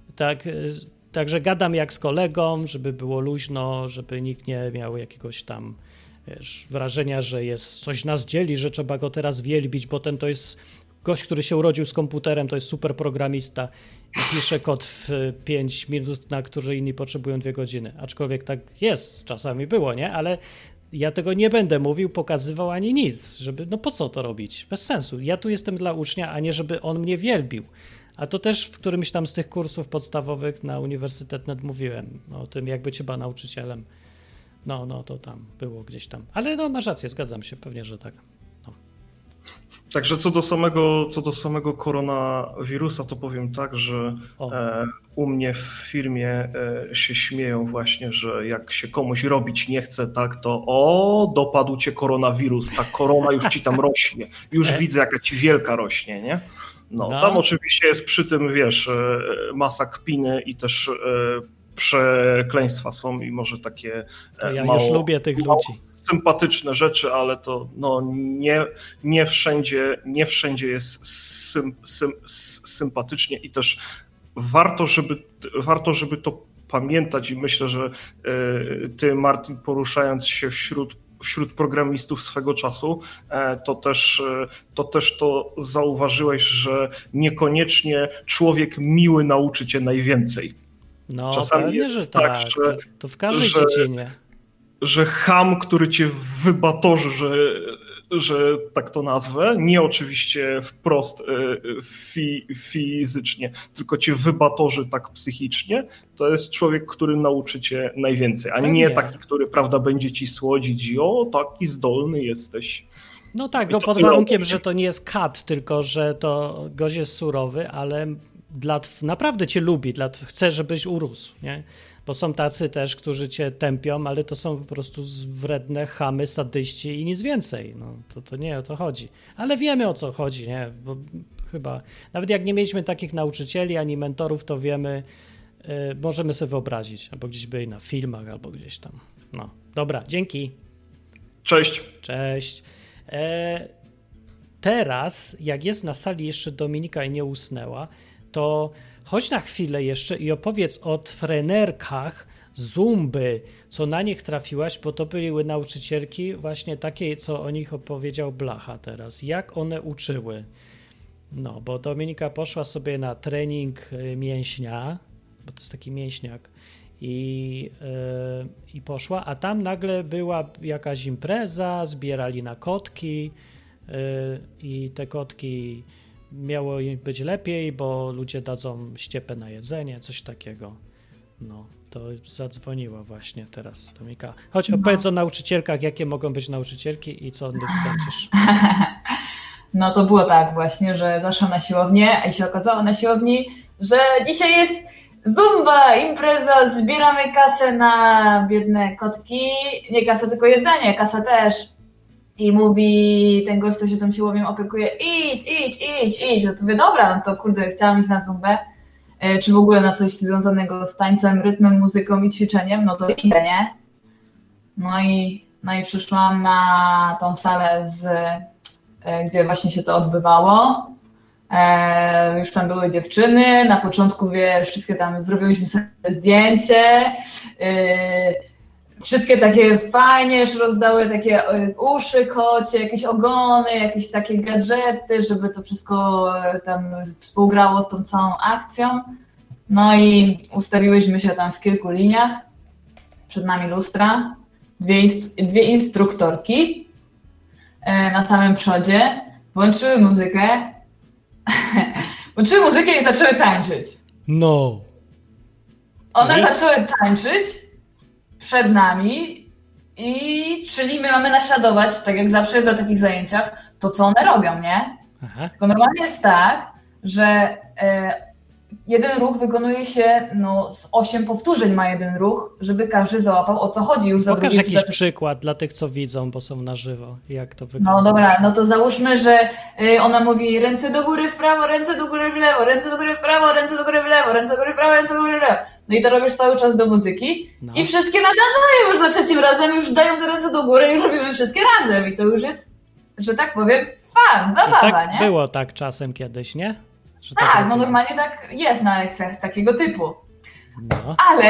Także gadam jak z kolegą, żeby było luźno, żeby nikt nie miał jakiegoś tam wrażenia, że jest coś nas dzieli, że trzeba go teraz wielbić, bo ten to jest gość, który się urodził z komputerem, to jest super programista i pisze kod w 5 minut, na który inni potrzebują 2 godziny. Aczkolwiek tak jest, czasami było, nie? Ale ja tego nie będę mówił, pokazywał ani nic, żeby, no po co to robić? Bez sensu. Ja tu jestem dla ucznia, a nie żeby on mnie wielbił. A to też w którymś tam z tych kursów podstawowych na Uniwersytet Net mówiłem o tym, jak być chyba nauczycielem. No, to tam było gdzieś tam. Ale no masz rację, zgadzam się, pewnie, że tak. No. Także co do samego koronawirusa, to powiem tak, że u mnie w firmie się śmieją właśnie, że jak się komuś robić nie chce, tak, to dopadł cię koronawirus, ta korona już ci tam rośnie, już widzę jaka ci wielka rośnie, nie? No, tam oczywiście jest przy tym, wiesz, masa kpiny i też przekleństwa są i może takie ja już lubię tych ludzi. Sympatyczne rzeczy, ale to no, nie wszędzie jest sympatycznie i też warto, żeby to pamiętać i myślę, że ty, Martin, poruszając się wśród programistów swego czasu, to też to zauważyłeś, że niekoniecznie człowiek miły nauczy cię najwięcej. No, czasami pewnie, jest że tak, że to w każdej dziedzinie. Że cham, który cię wybatorzy, że tak to nazwę, nie oczywiście wprost fizycznie, tylko cię wybatorzy tak psychicznie, to jest człowiek, który nauczy cię najwięcej, a nie taki, który, prawda, będzie ci słodzić i taki zdolny jesteś. No tak, no pod warunkiem, że to nie jest kat, tylko że to gość jest surowy, ale naprawdę cię lubi, chce, żebyś urósł, nie? Bo są tacy też, którzy cię tępią, ale to są po prostu wredne chamy, sadyści i nic więcej. No, to nie o to chodzi. Ale wiemy, o co chodzi, nie? Bo chyba nawet jak nie mieliśmy takich nauczycieli ani mentorów, to wiemy, możemy sobie wyobrazić, albo gdzieś byli na filmach, albo gdzieś tam. No, dobra, dzięki. Cześć. Cześć. Teraz, jak jest na sali jeszcze Dominika i nie usnęła, to chodź na chwilę jeszcze i opowiedz o trenerkach zumby, co na nich trafiłaś, bo to były nauczycielki właśnie takie, co o nich opowiedział Blacha teraz. Jak one uczyły? No, bo Dominika poszła sobie na trening mięśnia, bo to jest taki mięśniak, i poszła, a tam nagle była jakaś impreza, zbierali na kotki i te kotki miało im być lepiej, bo ludzie dadzą ściepę na jedzenie, coś takiego. No, to zadzwoniła właśnie teraz Domika. Chodź, opowiedz o nauczycielkach, jakie mogą być nauczycielki i co od nich sądzisz. No to było tak właśnie, że zaszłam na siłownię, a się okazało na siłowni, że dzisiaj jest zumba, impreza, zbieramy kasę na biedne kotki. Nie kasę, tylko jedzenie, kasa też. I mówi ten gość, co się tą siłownią opiekuje, idź. No to mówię, dobra, no to kurde, chciałam iść na zumbę, czy w ogóle na coś związanego z tańcem, rytmem, muzyką i ćwiczeniem, no to idę, nie? No i przyszłam na tą salę, gdzie właśnie się to odbywało. Już tam były dziewczyny, na początku, wiesz, wszystkie tam zrobiłyśmy sobie zdjęcie, wszystkie takie fajnie już rozdały takie uszy kocie, jakieś ogony, jakieś takie gadżety, żeby to wszystko tam współgrało z tą całą akcją. No i ustawiłyśmy się tam w kilku liniach, przed nami lustra, dwie instruktorki na samym przodzie, włączyły muzykę i zaczęły tańczyć. No. One zaczęły tańczyć przed nami czyli my mamy naśladować, tak jak zawsze jest na takich zajęciach, to co one robią, nie? Aha. Tylko normalnie jest tak, że jeden ruch wykonuje się, z 8 powtórzeń ma jeden ruch, żeby każdy załapał, o co chodzi. Już za Pokaż drugie, jakiś przykład dla tych, co widzą, bo są na żywo, jak to wygląda. No dobra, no to załóżmy, że ona mówi ręce do góry w prawo, ręce do góry w lewo, ręce do góry w prawo, ręce do góry w lewo, ręce do góry w prawo, ręce do góry w lewo. No i to robisz cały czas do muzyki i wszystkie nadarzają już za trzecim razem, już dają te ręce do góry i już robimy wszystkie razem. I to już jest, że tak powiem, fan, zabawa, tak nie? Było tak czasem kiedyś, nie? Że tak, no normalnie tak jest na lekcjach takiego typu. No. Ale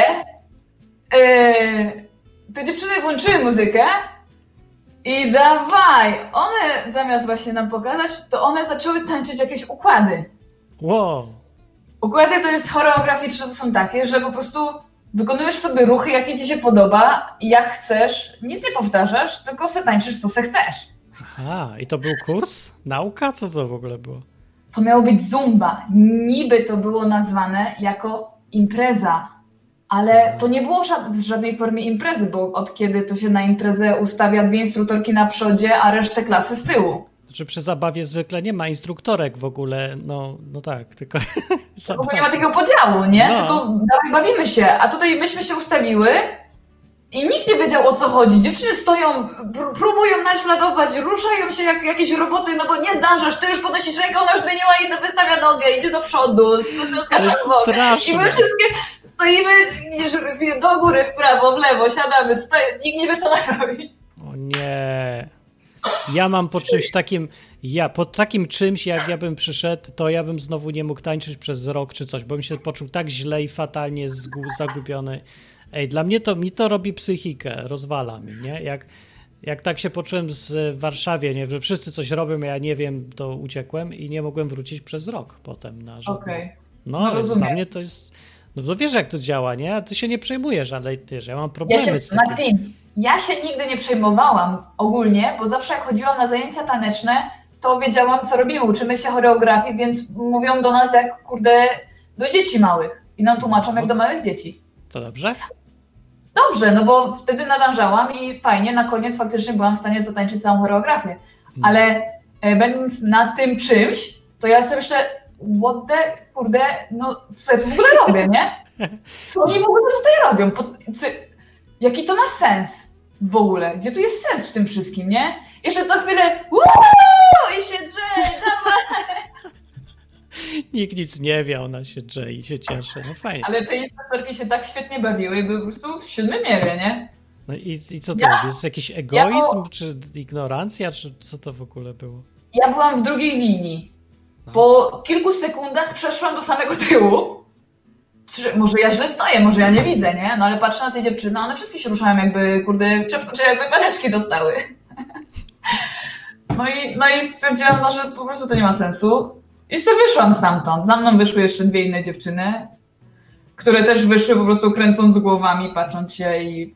te dziewczyny włączyły muzykę i dawaj, one zamiast właśnie nam pokazać, to one zaczęły tańczyć jakieś układy. Wow. Układy to jest choreograficzne, to są takie, że po prostu wykonujesz sobie ruchy, jakie ci się podoba i jak chcesz, nic nie powtarzasz, tylko se tańczysz, co se chcesz. Aha, i to był kurs? Nauka? Co to w ogóle było? To miało być zumba. Niby to było nazwane jako impreza, ale to nie było w żadnej formie imprezy, bo od kiedy to się na imprezę ustawia dwie instruktorki na przodzie, a resztę klasy z tyłu. Znaczy przy zabawie zwykle nie ma instruktorek w ogóle, no tak, tylko... W ogóle nie ma takiego podziału, nie? No. Tylko bawimy się, a tutaj myśmy się ustawiły i nikt nie wiedział, o co chodzi. Dziewczyny stoją, próbują naśladować, ruszają się jak jakieś roboty, no bo nie zdążasz, ty już podnosisz rękę, ona już zmieniła i wystawia nogę, idzie do przodu, skacze w bok. I my wszystkie stoimy do góry, w prawo, w lewo, siadamy, nikt nie wie, co nam robi. O nie... Ja mam po czymś takim, po takim czymś, jak ja bym przyszedł, to ja bym znowu nie mógł tańczyć przez rok czy coś, bo bym się poczuł tak źle i fatalnie zagubiony. Ej, dla mnie mi to robi psychikę, rozwala mi, nie? Jak tak się poczułem w Warszawie, nie? Że wszyscy coś robią, ja nie wiem, to uciekłem i nie mogłem wrócić przez rok potem na żadne. Okej. No rozumiem. dla mnie to jest, no to wiesz jak to działa, nie? A ty się nie przejmujesz, ale ty, że ja mam problemy z takim. Martin, ja się nigdy nie przejmowałam ogólnie, bo zawsze jak chodziłam na zajęcia taneczne, to wiedziałam, co robimy. Uczymy się choreografii, więc mówią do nas jak, do dzieci małych. I nam tłumaczą jak do małych dzieci. To dobrze? Dobrze, no bo wtedy nadążałam i fajnie, na koniec faktycznie byłam w stanie zatańczyć całą choreografię. Ale będąc na tym czymś, to ja sobie myślę, co ja tu w ogóle robię, nie? Co oni w ogóle tutaj robią? Jaki to ma sens w ogóle? Gdzie tu jest sens w tym wszystkim, nie? Jeszcze co chwilę i się drze, dawaj! Nikt nic nie wie, ona się drze i się cieszy, no fajnie. Ale te instruktorki się tak świetnie bawiły, by po prostu w 7 niebie, nie? No i co to robi? Jest jakiś egoizm, czy ignorancja, czy co to w ogóle było? Ja byłam w drugiej linii. Po kilku sekundach przeszłam do samego tyłu. Może ja źle stoję, może ja nie widzę, nie? No ale patrzę na te dziewczyny, one wszystkie się ruszają jakby, czy jakby paleczki dostały. No i stwierdziłam, że po prostu to nie ma sensu. I sobie wyszłam stamtąd. Za mną wyszły jeszcze dwie inne dziewczyny, które też wyszły po prostu kręcąc głowami, patrząc się i...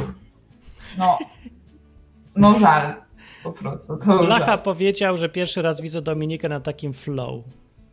No żal. Po prostu. Blacha powiedział, że pierwszy raz widzę Dominikę na takim flow.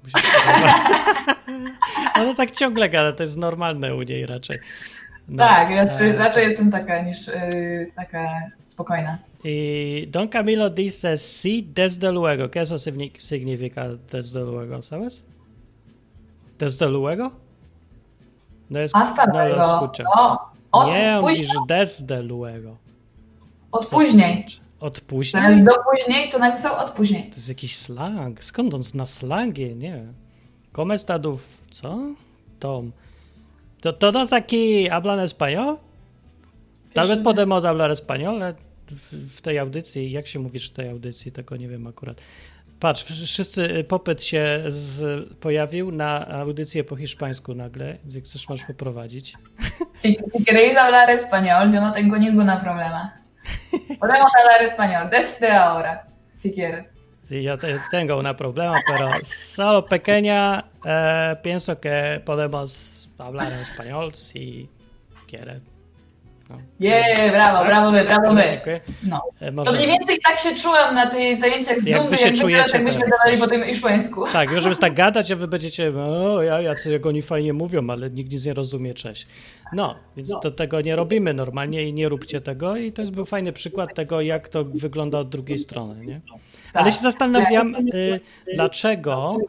No tak ciągle gada, to jest normalne u niej raczej. No, tak, raczej jestem taka niż taka spokojna. Y Don Camilo dice sí desde luego. ¿Qué eso significa desde luego, sabes? ¿Desde luego? No Hasta no luego. lo escucho. Nie, mówisz desde luego. Od później. Od później? Zamiast do później, to napisał od później. To jest jakiś slang. Skąd on zna slangi? Nie. ¿Cómo estás? Co? Tom. ¿Todos aquí hablan español? Tal vez podemos hablar español w tej audycji. Jak się mówisz w tej audycji? Tego nie wiem akurat. Patrz, wszyscy popyt się pojawił na audycję po hiszpańsku nagle, jak chcesz, możesz poprowadzić. Si queréis hablar español, yo no tengo ninguna problema. Podemos hablar español desde ahora, si quieres. Sí, yo tengo un problema, pero solo pequeña, pienso que podemos hablar en español si quieres. No. Brawo my. Dziękuję. No. Może... To mniej więcej tak się czułam na tych zajęciach z Zumby, jakbyśmy gadali po tym hiszpańsku. Tak, możemy tak gadać, a wy będziecie, jak oni fajnie mówią, ale nikt nic nie rozumie, cześć. No, więc to tego nie robimy normalnie i nie róbcie tego i to był fajny przykład tego, jak to wygląda od drugiej strony, nie? Ale się zastanawiam, dlaczego...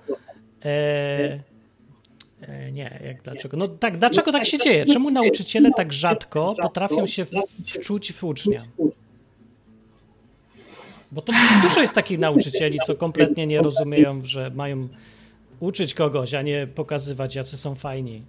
dlaczego? No tak, dlaczego tak się dzieje? Czemu nauczyciele tak rzadko potrafią się wczuć w ucznia? Bo to dużo jest takich nauczycieli, co kompletnie nie rozumieją, że mają uczyć kogoś, a nie pokazywać, jacy są fajni.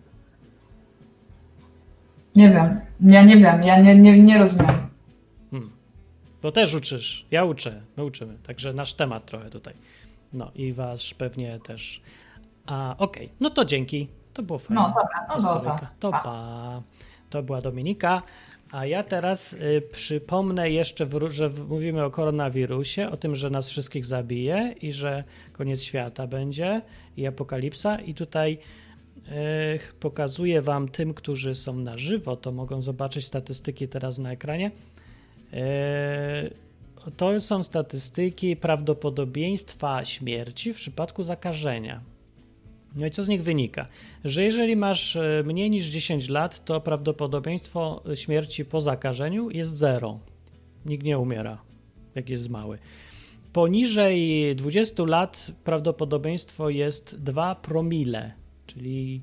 Nie wiem, ja nie rozumiem. Bo też uczysz, ja uczę, my uczymy, także nasz temat trochę tutaj. No i was pewnie też. Okej, no to dzięki, to było fajne. No dobra, to pa. To była Dominika, a ja teraz przypomnę jeszcze, że mówimy o koronawirusie, o tym, że nas wszystkich zabije i że koniec świata będzie i apokalipsa i tutaj pokazuję wam tym, którzy są na żywo, to mogą zobaczyć statystyki teraz na ekranie. To są statystyki prawdopodobieństwa śmierci w przypadku zakażenia. No i co z nich wynika? Że jeżeli masz mniej niż 10 lat, to prawdopodobieństwo śmierci po zakażeniu jest 0. Nikt nie umiera, jak jest mały. Poniżej 20 lat prawdopodobieństwo jest 2 promile, czyli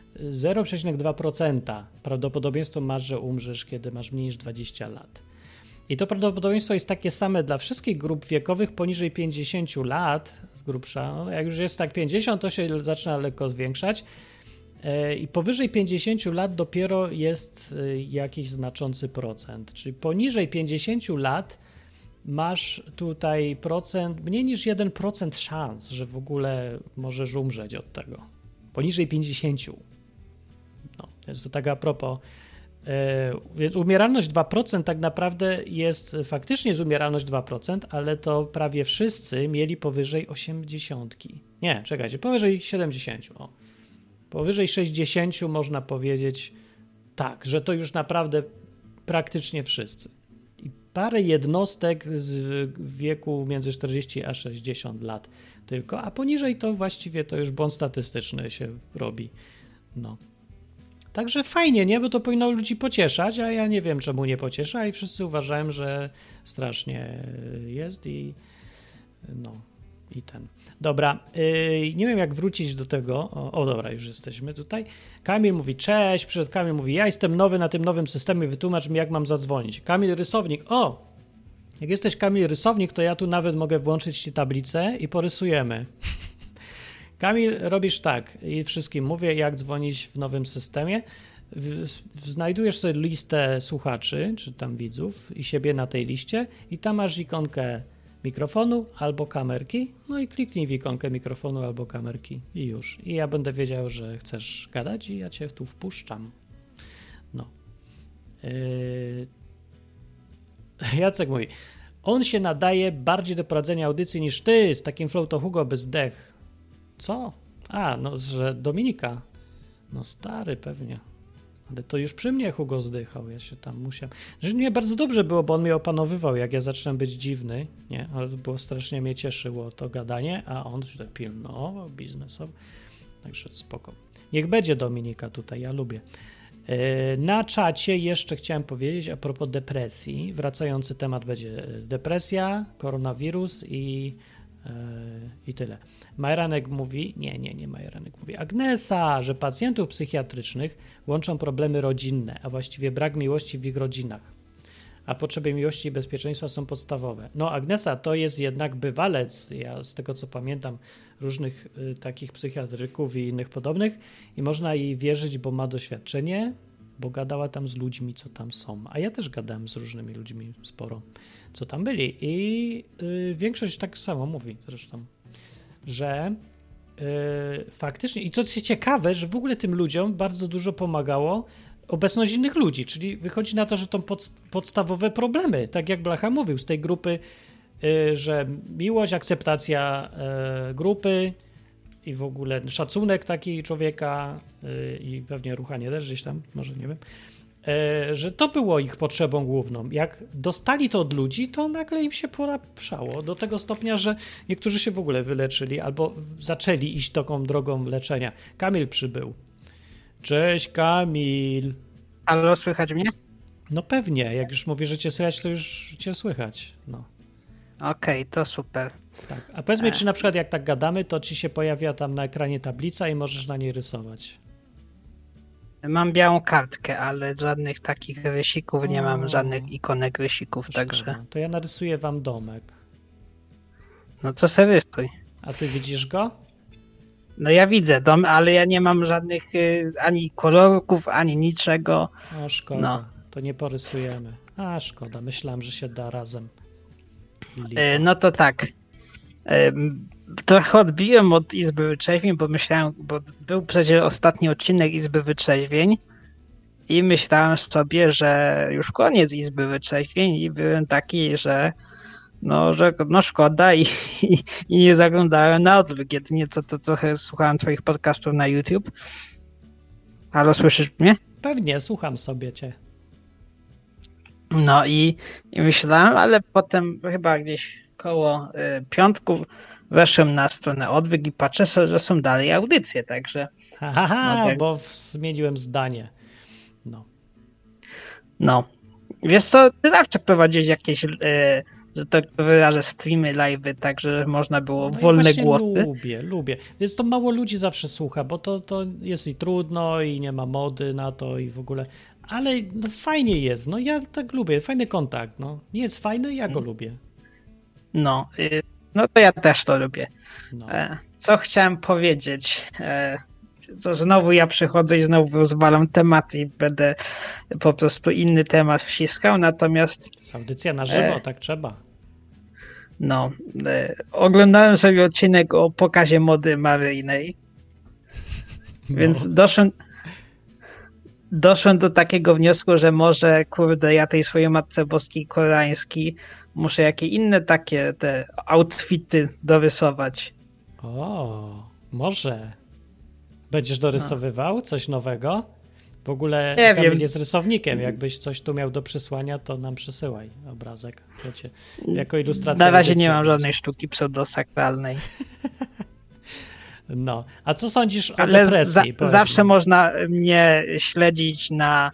0,2% prawdopodobieństwo masz, że umrzesz, kiedy masz mniej niż 20 lat. I to prawdopodobieństwo jest takie same dla wszystkich grup wiekowych poniżej 50 lat, z grubsza. No, jak już jest tak 50, to się zaczyna lekko zwiększać. I powyżej 50 lat dopiero jest jakiś znaczący procent. Czyli poniżej 50 lat masz tutaj mniej niż 1% szans, że w ogóle możesz umrzeć od tego. Poniżej 50. No, jest to tak a propos. Więc umieralność 2% tak naprawdę jest, faktycznie jest umieralność 2%, ale to prawie wszyscy mieli powyżej 80. Nie, czekajcie, powyżej 70. O. Powyżej 60 można powiedzieć tak, że to już naprawdę praktycznie wszyscy. I parę jednostek z wieku między 40 a 60 lat tylko, a poniżej to właściwie to już błąd statystyczny się robi. No. Także fajnie, nie? Bo to powinno ludzi pocieszać, a ja nie wiem, czemu nie pociesza i wszyscy uważają, że strasznie jest i ten. Dobra, nie wiem jak wrócić do tego. Dobra, już jesteśmy tutaj. Kamil mówi, cześć, przyszedł Kamil mówi, ja jestem nowy na tym nowym systemie, wytłumacz mi jak mam zadzwonić. Kamil Rysownik, jak jesteś Kamil Rysownik, to ja tu nawet mogę włączyć ci tablicę i porysujemy. Kamil, robisz tak i wszystkim mówię, jak dzwonić w nowym systemie. Znajdujesz sobie listę słuchaczy, czy tam widzów i siebie na tej liście i tam masz ikonkę mikrofonu albo kamerki, no i kliknij w ikonkę mikrofonu albo kamerki i już. I ja będę wiedział, że chcesz gadać i ja cię tu wpuszczam. No. Jacek mówi, on się nadaje bardziej do prowadzenia audycji niż ty, z takim flow to Hugo by zdech. Co? Że Dominika. No stary pewnie. Ale to już przy mnie Hugo zdychał, ja się tam musiałem. Że nie, bardzo dobrze było, bo on mnie opanowywał, jak ja zacząłem być dziwny, nie? Ale to było strasznie mnie cieszyło to gadanie, a on tutaj pilnował biznesowo. Także spoko. Niech będzie Dominika tutaj, ja lubię. Na czacie jeszcze chciałem powiedzieć a propos depresji. Wracający temat będzie depresja, koronawirus i tyle. Majeranek mówi, nie Majeranek mówi, Agnesa, że pacjentów psychiatrycznych łączą problemy rodzinne, a właściwie brak miłości w ich rodzinach, a potrzeby miłości i bezpieczeństwa są podstawowe. No Agnesa to jest jednak bywalec, ja z tego co pamiętam różnych takich psychiatryków i innych podobnych i można jej wierzyć, bo ma doświadczenie, bo gadała tam z ludźmi, co tam są, a ja też gadałem z różnymi ludźmi sporo, co tam byli i większość tak samo mówi zresztą. że faktycznie, i to jest ciekawe, że w ogóle tym ludziom bardzo dużo pomagało obecność innych ludzi, czyli wychodzi na to, że to podstawowe problemy, tak jak Blacha mówił, z tej grupy, że miłość, akceptacja grupy i w ogóle szacunek taki człowieka i pewnie ruchanie też gdzieś tam, może nie wiem, że to było ich potrzebą główną. Jak dostali to od ludzi, to nagle im się polepszało do tego stopnia, że niektórzy się w ogóle wyleczyli albo zaczęli iść taką drogą leczenia. Kamil przybył. Cześć Kamil. Halo, słychać mnie? No pewnie, jak już mówię, że cię słychać, to już cię słychać. No. Okej, to super. Tak. A powiedz mi, czy na przykład jak tak gadamy, to ci się pojawia tam na ekranie tablica i możesz na niej rysować. Mam białą kartkę, ale żadnych takich rysików nie mam, żadnych ikonek rysików, także... Szkoda. To ja narysuję wam domek. No co se rysuj. A ty widzisz go? No ja widzę dom, ale ja nie mam żadnych ani kolorków, ani niczego. O, szkoda. No. To nie porysujemy. A, szkoda. Myślałem, że się da razem. No to tak. Trochę odbiłem od Izby Wyczeźwień, bo myślałem, bo był przecież ostatni odcinek Izby Wyczeźwień i myślałem sobie, że już koniec Izby Wyczeźwień i byłem taki, że szkoda i nie zaglądałem na odwyk. Jedynie to trochę słuchałem twoich podcastów na YouTube. Halo, słyszysz mnie? Pewnie, słucham sobie cię. No i myślałem, ale potem chyba gdzieś koło piątku weszłem na stronę odwyk i patrzę sobie, że są dalej audycje, także... Tak. Bo zmieniłem zdanie. No. Wiesz co, ty zawsze prowadziłeś jakieś, że tak wyrażę, streamy, live'y, tak, że można było wolne głosy. Lubię. Więc to mało ludzi zawsze słucha, bo to jest i trudno i nie ma mody na to i w ogóle... Ale no fajnie jest, no ja tak lubię, fajny kontakt, no. Nie jest fajny, ja go lubię. No to ja też to lubię. No. Co chciałem powiedzieć? To znowu ja przychodzę i znowu rozwalam temat i będę po prostu inny temat wciskał, natomiast... To jest audycja na żywo, tak trzeba. Oglądałem sobie odcinek o pokazie mody maryjnej, więc doszłem do takiego wniosku, że może, kurde, ja tej swojej Matce Boskiej koreańskiej muszę jakieś inne takie te outfity dorysować. O, może. Będziesz dorysowywał coś nowego? W ogóle nie Kamil wiem. jest rysownikiem. Jakbyś coś tu miał do przysłania, to nam przesyłaj obrazek. Wiecie, jako ilustrację. Na razie nie mam żadnej sztuki pseudosakralnej. No, a co sądzisz o Ale depresji? Zawsze można mnie śledzić na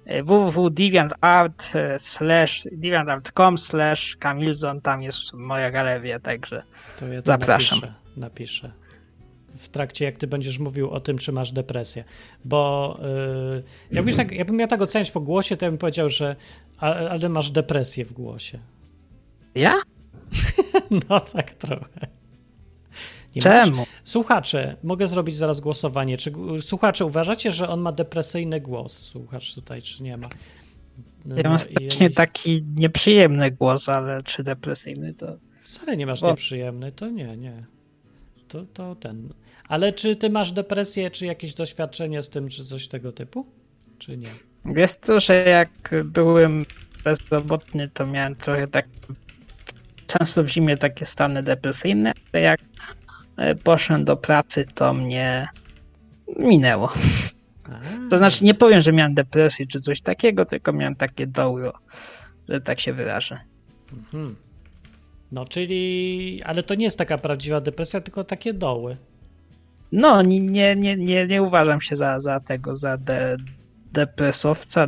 www.deviantart.com/Kamilzon, tam jest moja galeria, także to ja zapraszam. Napiszę. W trakcie, jak ty będziesz mówił o tym, czy masz depresję. Bo jakbym miał tak oceniać po głosie, to bym powiedział, że ale masz depresję w głosie. Ja? No tak trochę. Nie Czemu? Masz? Słuchacze, mogę zrobić zaraz głosowanie. Czy słuchacze uważacie, że on ma depresyjny głos? Słuchacz tutaj, czy nie ma? Ja mam strasznie taki nieprzyjemny głos, ale czy depresyjny to... Wcale nie masz nieprzyjemny, to nie. To ten. Ale czy ty masz depresję, czy jakieś doświadczenie z tym, czy coś tego typu? Czy nie? Wiesz co, że jak byłem bezrobotny, to miałem trochę tak często w zimie takie stany depresyjne, ale jak poszedłem do pracy, to mnie minęło. To znaczy nie powiem, że miałem depresję czy coś takiego, tylko miałem takie doły, że tak się wyrażę. Mhm. No czyli, ale to nie jest taka prawdziwa depresja, tylko takie doły. No, nie uważam się za depresowca,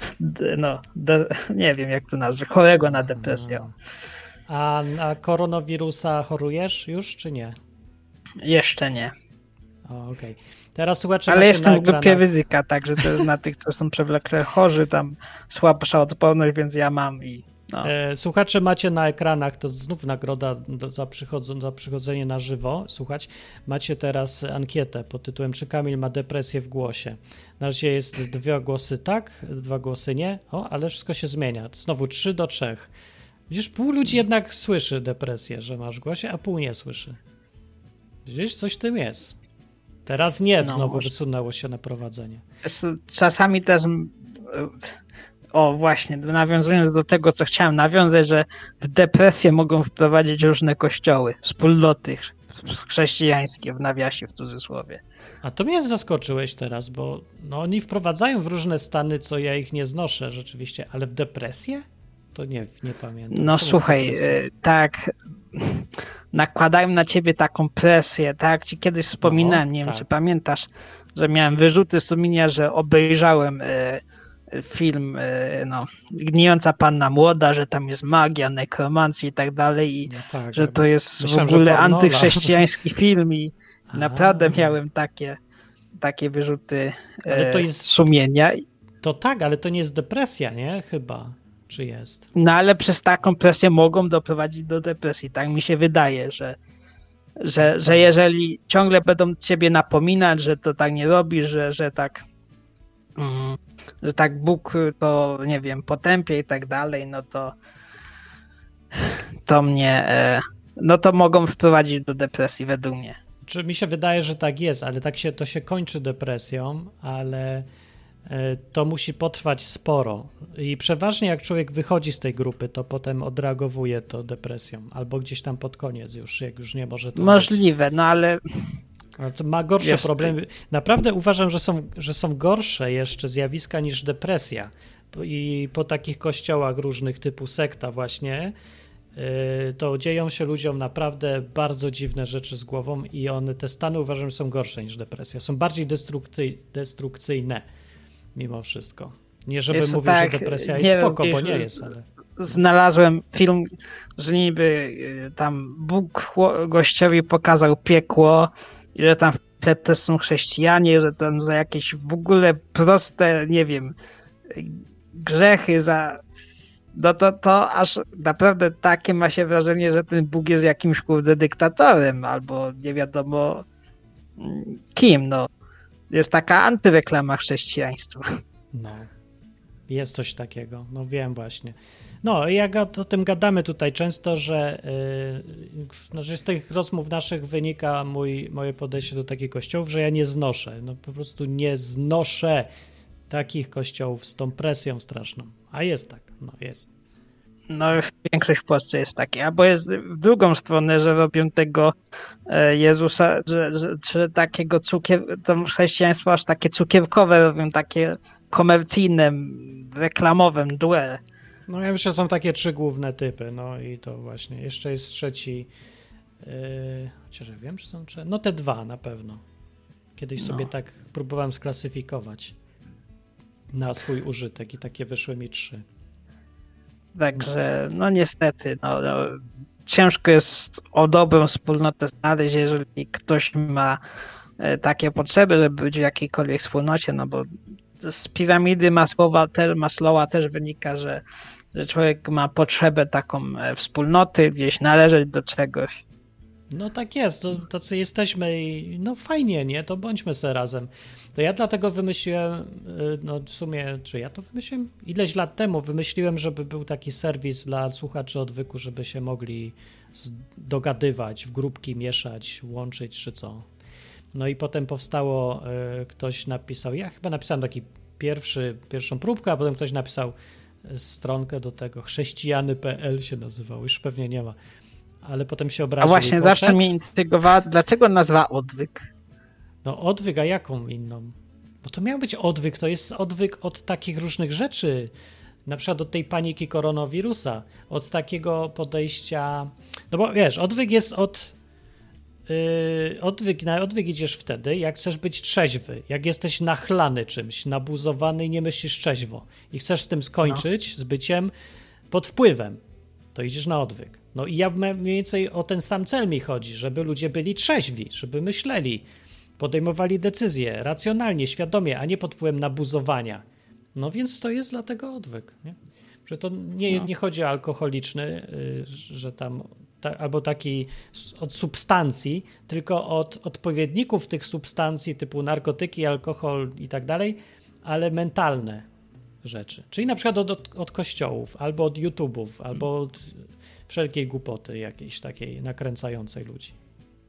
nie wiem jak to nazwać, chorego na depresję. A na koronawirusa chorujesz już, czy nie? Jeszcze nie. Okej. Teraz słuchacze, ale jestem w grupie ryzyka, także to jest na tych, co są przewlekle chorzy, tam słabsza odporność, więc ja mam i no. Słuchacze macie na ekranach, to znów nagroda za przychodzenie na żywo, słuchać. Macie teraz ankietę pod tytułem, czy Kamil ma depresję w głosie. Na razie jest 2 głosy tak, 2 głosy nie, ale wszystko się zmienia. Znowu 3-3. Widzisz, pół ludzi jednak słyszy depresję, że masz w głosie, a pół nie słyszy. Widzisz, coś w tym jest. Teraz nie, No, znowu może. wysunęło się na prowadzenie. Czasami też, właśnie, nawiązując do tego, co chciałem nawiązać, że w depresję mogą wprowadzić różne kościoły, wspólnoty chrześcijańskie, w nawiasie, w cudzysłowie. A to mnie zaskoczyłeś teraz, bo no, oni wprowadzają w różne stany, co ja ich nie znoszę rzeczywiście, ale w depresję? To nie pamiętam. No Czemu w słuchaj, depresję? tak, nakładają na ciebie taką presję, tak, ci kiedyś wspominałem, nie wiem, tak. czy pamiętasz, że miałem wyrzuty sumienia, że obejrzałem film Gnijąca Panna Młoda, że tam jest magia, nekromancja i tak dalej i No tak, że to jest myślałem, w ogóle że pornowa. antychrześcijański film i A. naprawdę miałem takie wyrzuty Ale to jest- sumienia. To tak, ale to nie jest depresja, nie? Chyba. Czy jest? No ale przez taką presję mogą doprowadzić do depresji. Tak mi się wydaje, że jeżeli ciągle będą ciebie napominać, że to tak nie robisz, że tak Bóg to, nie wiem, potępia i tak dalej, no to mogą wprowadzić do depresji według mnie. Czy mi się wydaje, że tak jest, ale to się kończy depresją, ale to musi potrwać sporo. I przeważnie jak człowiek wychodzi z tej grupy, to potem odreagowuje to depresją. Albo gdzieś tam pod koniec już, jak już nie może to być. Możliwe, no ale Ale to ma gorsze Wiesz, problemy. Naprawdę uważam, że są gorsze jeszcze zjawiska niż depresja. I po takich kościołach różnych typu sekta właśnie, to dzieją się ludziom naprawdę bardzo dziwne rzeczy z głową i te stany uważam, że są gorsze niż depresja. Są bardziej destrukcyjne mimo wszystko. Nie żeby Jest to mówił, tak, że depresja nie jest spoko, bo wiesz, nie jest, ale... znalazłem film, że niby tam Bóg gościowi pokazał piekło i że tam też są chrześcijanie, że tam za jakieś w ogóle proste, nie wiem, grzechy no to aż naprawdę takie ma się wrażenie, że ten Bóg jest jakimś kurde dyktatorem albo nie wiadomo kim, no. Jest taka antyreklama chrześcijaństwa. No, jest coś takiego, no wiem właśnie. No i jak o tym gadamy tutaj często, że z tych rozmów naszych wynika moje podejście do takich kościołów, że ja nie znoszę, no po prostu nie znoszę takich kościołów z tą presją straszną. A jest tak, no jest. No większość w Polsce jest takie, albo jest w drugą stronę, że robią tego Jezusa, że takiego to chrześcijaństwo aż takie cukierkowe robią, takie komercyjne, reklamowe, mdłe. No ja myślę, że są takie 3 główne typy, no i to właśnie. Jeszcze jest trzeci, chociaż ja wiem, czy są 3, no te 2 na pewno. Kiedyś sobie tak próbowałem sklasyfikować na swój użytek i takie wyszły mi 3. Także no niestety, no, ciężko jest o dobrą wspólnotę znaleźć, jeżeli ktoś ma takie potrzeby, żeby być w jakiejkolwiek wspólnocie, no bo z piramidy Maslowa też wynika, że człowiek ma potrzebę taką wspólnoty, gdzieś należeć do czegoś. No tak jest, to tacy jesteśmy i no fajnie, nie? To bądźmy se razem. To ja dlatego wymyśliłem, no w sumie, czy ja to wymyśliłem? Ileś lat temu wymyśliłem, żeby był taki serwis dla słuchaczy odwyku, żeby się mogli dogadywać, w grupki mieszać, łączyć, czy co. No i potem powstało, ktoś napisał, ja chyba napisałem taki pierwszą próbkę, a potem ktoś napisał stronkę do tego, chrześcijany.pl się nazywał, już pewnie nie ma. Ale potem się obraził. A właśnie zawsze mnie intrygowała, dlaczego nazwa odwyk? No odwyk, a jaką inną? Bo to miał być odwyk, to jest odwyk od takich różnych rzeczy. Na przykład od tej paniki koronawirusa, od takiego podejścia, no bo wiesz, odwyk jest na odwyk idziesz wtedy, jak chcesz być trzeźwy, jak jesteś nachlany czymś, nabuzowany i nie myślisz trzeźwo i chcesz z tym skończyć, z byciem pod wpływem, to idziesz na odwyk. No i ja mniej więcej o ten sam cel mi chodzi, żeby ludzie byli trzeźwi, żeby myśleli, podejmowali decyzje racjonalnie, świadomie, a nie pod wpływem nabuzowania. No więc to jest dlatego odwyk, nie? Że to nie chodzi o alkoholiczny, że tam albo taki od substancji, tylko od odpowiedników tych substancji typu narkotyki, alkohol i tak dalej, ale mentalne rzeczy. Czyli na przykład od kościołów, albo od YouTube'ów, albo od wszelkiej głupoty jakiejś takiej nakręcającej ludzi.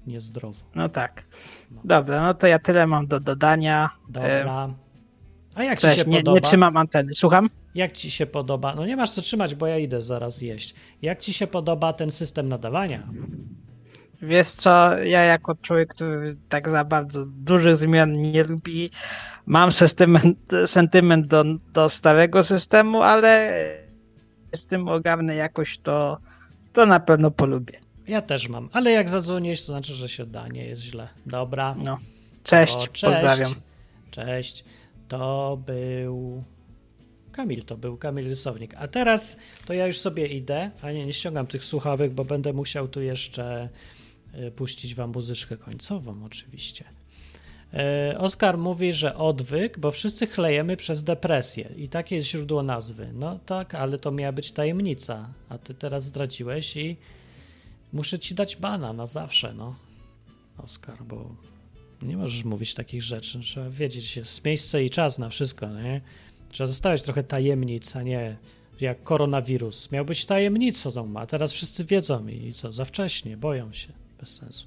niezdrowo. No tak. Dobra, no to ja tyle mam do dodania. Dobra. A jak Cześć, ci się nie podoba? trzymam anteny. Słucham? Jak ci się podoba? No nie masz co trzymać, bo ja idę zaraz jeść. Jak ci się podoba ten system nadawania? Wiesz co, ja jako człowiek, który tak za bardzo dużych zmian nie lubi, mam sentyment do starego systemu, ale z tym ogarnę jakoś to na pewno polubię. Ja też mam, ale jak zadzwonisz, to znaczy, że się da, nie jest źle. Dobra. No. Cześć, pozdrawiam. Cześć. To był Kamil Rysownik. A teraz to ja już sobie idę, a nie ściągam tych słuchawek, bo będę musiał tu jeszcze puścić wam muzyczkę końcową oczywiście. Oskar mówi, że odwyk, bo wszyscy chlejemy przez depresję i takie jest źródło nazwy. No tak, ale to miała być tajemnica, a ty teraz zdradziłeś i muszę ci dać bana na zawsze, no. Oskar, bo nie możesz mówić takich rzeczy. Trzeba wiedzieć, jest miejsce i czas na wszystko, nie? Trzeba zostawiać trochę tajemnic, a nie jak koronawirus. Miał być tajemnicą, a teraz wszyscy wiedzą i co, za wcześnie, boją się. Bez sensu.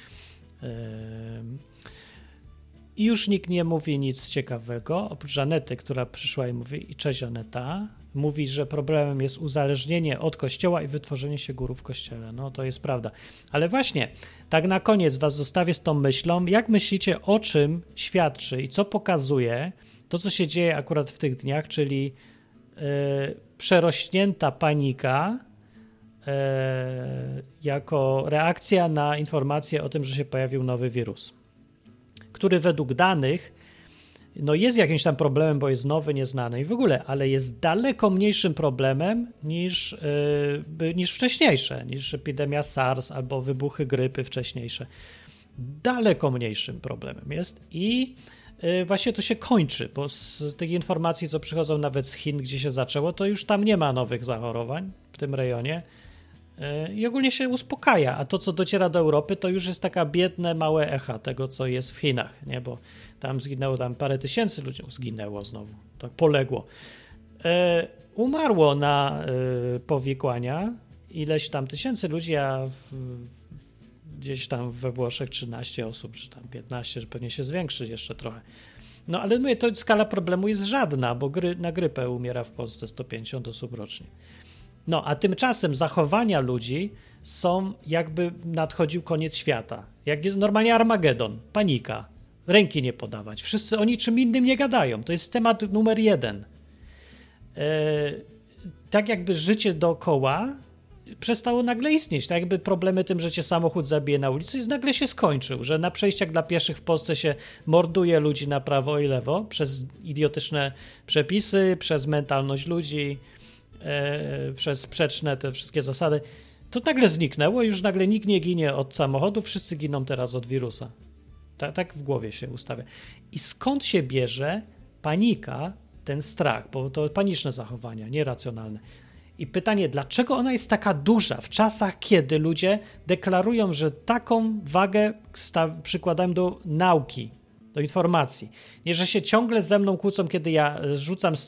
I już nikt nie mówi nic ciekawego, oprócz Anety, która przyszła i mówi, i cześć Aneta, mówi, że problemem jest uzależnienie od kościoła i wytworzenie się guru w kościele. No to jest prawda. Ale właśnie, tak na koniec was zostawię z tą myślą, jak myślicie, o czym świadczy i co pokazuje to, co się dzieje akurat w tych dniach, czyli przerośnięta panika jako reakcja na informację o tym, że się pojawił nowy wirus, który według danych no jest jakimś tam problemem, bo jest nowy, nieznany i w ogóle, ale jest daleko mniejszym problemem niż wcześniejsze, niż epidemia SARS albo wybuchy grypy wcześniejsze. Daleko mniejszym problemem jest i właśnie to się kończy, bo z tych informacji, co przychodzą nawet z Chin, gdzie się zaczęło, to już tam nie ma nowych zachorowań w tym rejonie i ogólnie się uspokaja, a to, co dociera do Europy, to już jest taka biedne, małe echa tego, co jest w Chinach, nie? Bo tam zginęło parę tysięcy ludzi, zginęło znowu, tak poległo. Umarło na powikłania ileś tam tysięcy ludzi, a gdzieś tam we Włoszech 13 osób, czy tam 15, że pewnie się zwiększy jeszcze trochę. No ale mówię, to skala problemu jest żadna, bo na grypę umiera w Polsce 150 osób rocznie. No, a tymczasem zachowania ludzi są jakby nadchodził koniec świata. Jak jest normalnie Armagedon, panika, ręki nie podawać. Wszyscy o niczym innym nie gadają. To jest temat numer 1. Tak jakby życie dookoła przestało nagle istnieć. Tak jakby problemy tym, że cię samochód zabije na ulicy, nagle się skończył, że na przejściach dla pieszych w Polsce się morduje ludzi na prawo i lewo przez idiotyczne przepisy, przez mentalność ludzi, przez sprzeczne te wszystkie zasady. To nagle zniknęło i już nagle nikt nie ginie od samochodu, wszyscy giną teraz od wirusa. Tak w głowie się ustawia. I skąd się bierze panika, ten strach, bo to paniczne zachowania, nieracjonalne. I pytanie, dlaczego ona jest taka duża w czasach, kiedy ludzie deklarują, że taką wagę przykładają do nauki, do informacji. Nie, że się ciągle ze mną kłócą, kiedy ja rzucam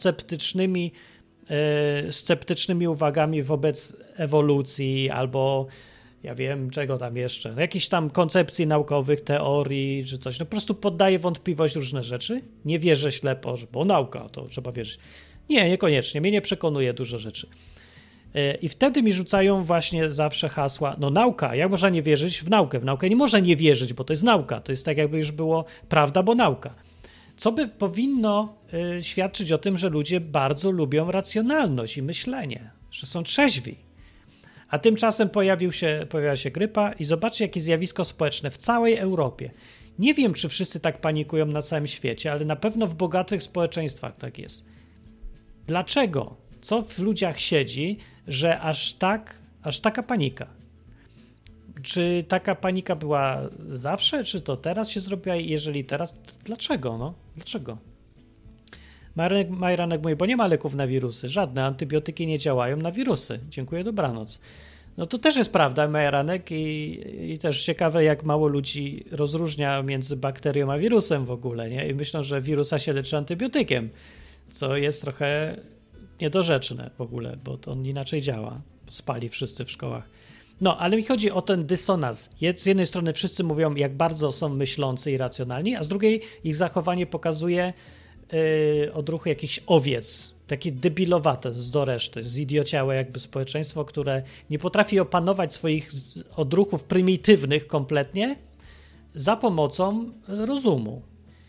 sceptycznymi uwagami wobec ewolucji albo ja wiem czego tam jeszcze, jakichś tam koncepcji naukowych, teorii czy coś. No po prostu poddaję wątpliwość różne rzeczy. Nie wierzę ślepo, bo nauka to trzeba wierzyć. Nie, niekoniecznie. Mnie nie przekonuje dużo rzeczy. I wtedy mi rzucają właśnie zawsze hasła, no nauka, jak można nie wierzyć w naukę? W naukę nie można nie wierzyć, bo to jest nauka. To jest tak jakby już było prawda, bo nauka. Co by powinno świadczyć o tym, że ludzie bardzo lubią racjonalność i myślenie, że są trzeźwi. A tymczasem pojawiła się grypa i zobaczcie, jakie zjawisko społeczne w całej Europie. Nie wiem, czy wszyscy tak panikują na całym świecie, ale na pewno w bogatych społeczeństwach tak jest. Dlaczego? Co w ludziach siedzi, że aż taka panika? Czy taka panika była zawsze, czy to teraz się zrobiła i jeżeli teraz, to dlaczego? No? Dlaczego? Majranek mówi, bo nie ma leków na wirusy, żadne antybiotyki nie działają na wirusy. Dziękuję, dobranoc. No to też jest prawda, Majranek, i też ciekawe, jak mało ludzi rozróżnia między bakterią a wirusem w ogóle, nie? I myślą, że wirusa się leczy antybiotykiem, co jest trochę niedorzeczne w ogóle, bo to on inaczej działa. Spali wszyscy w szkołach. No, ale mi chodzi o ten dysonans. Z jednej strony wszyscy mówią, jak bardzo są myślący i racjonalni, a z drugiej ich zachowanie pokazuje odruchy jakichś owiec, takie debilowate do reszty, zidiociałe jakby społeczeństwo, które nie potrafi opanować swoich odruchów prymitywnych kompletnie za pomocą rozumu.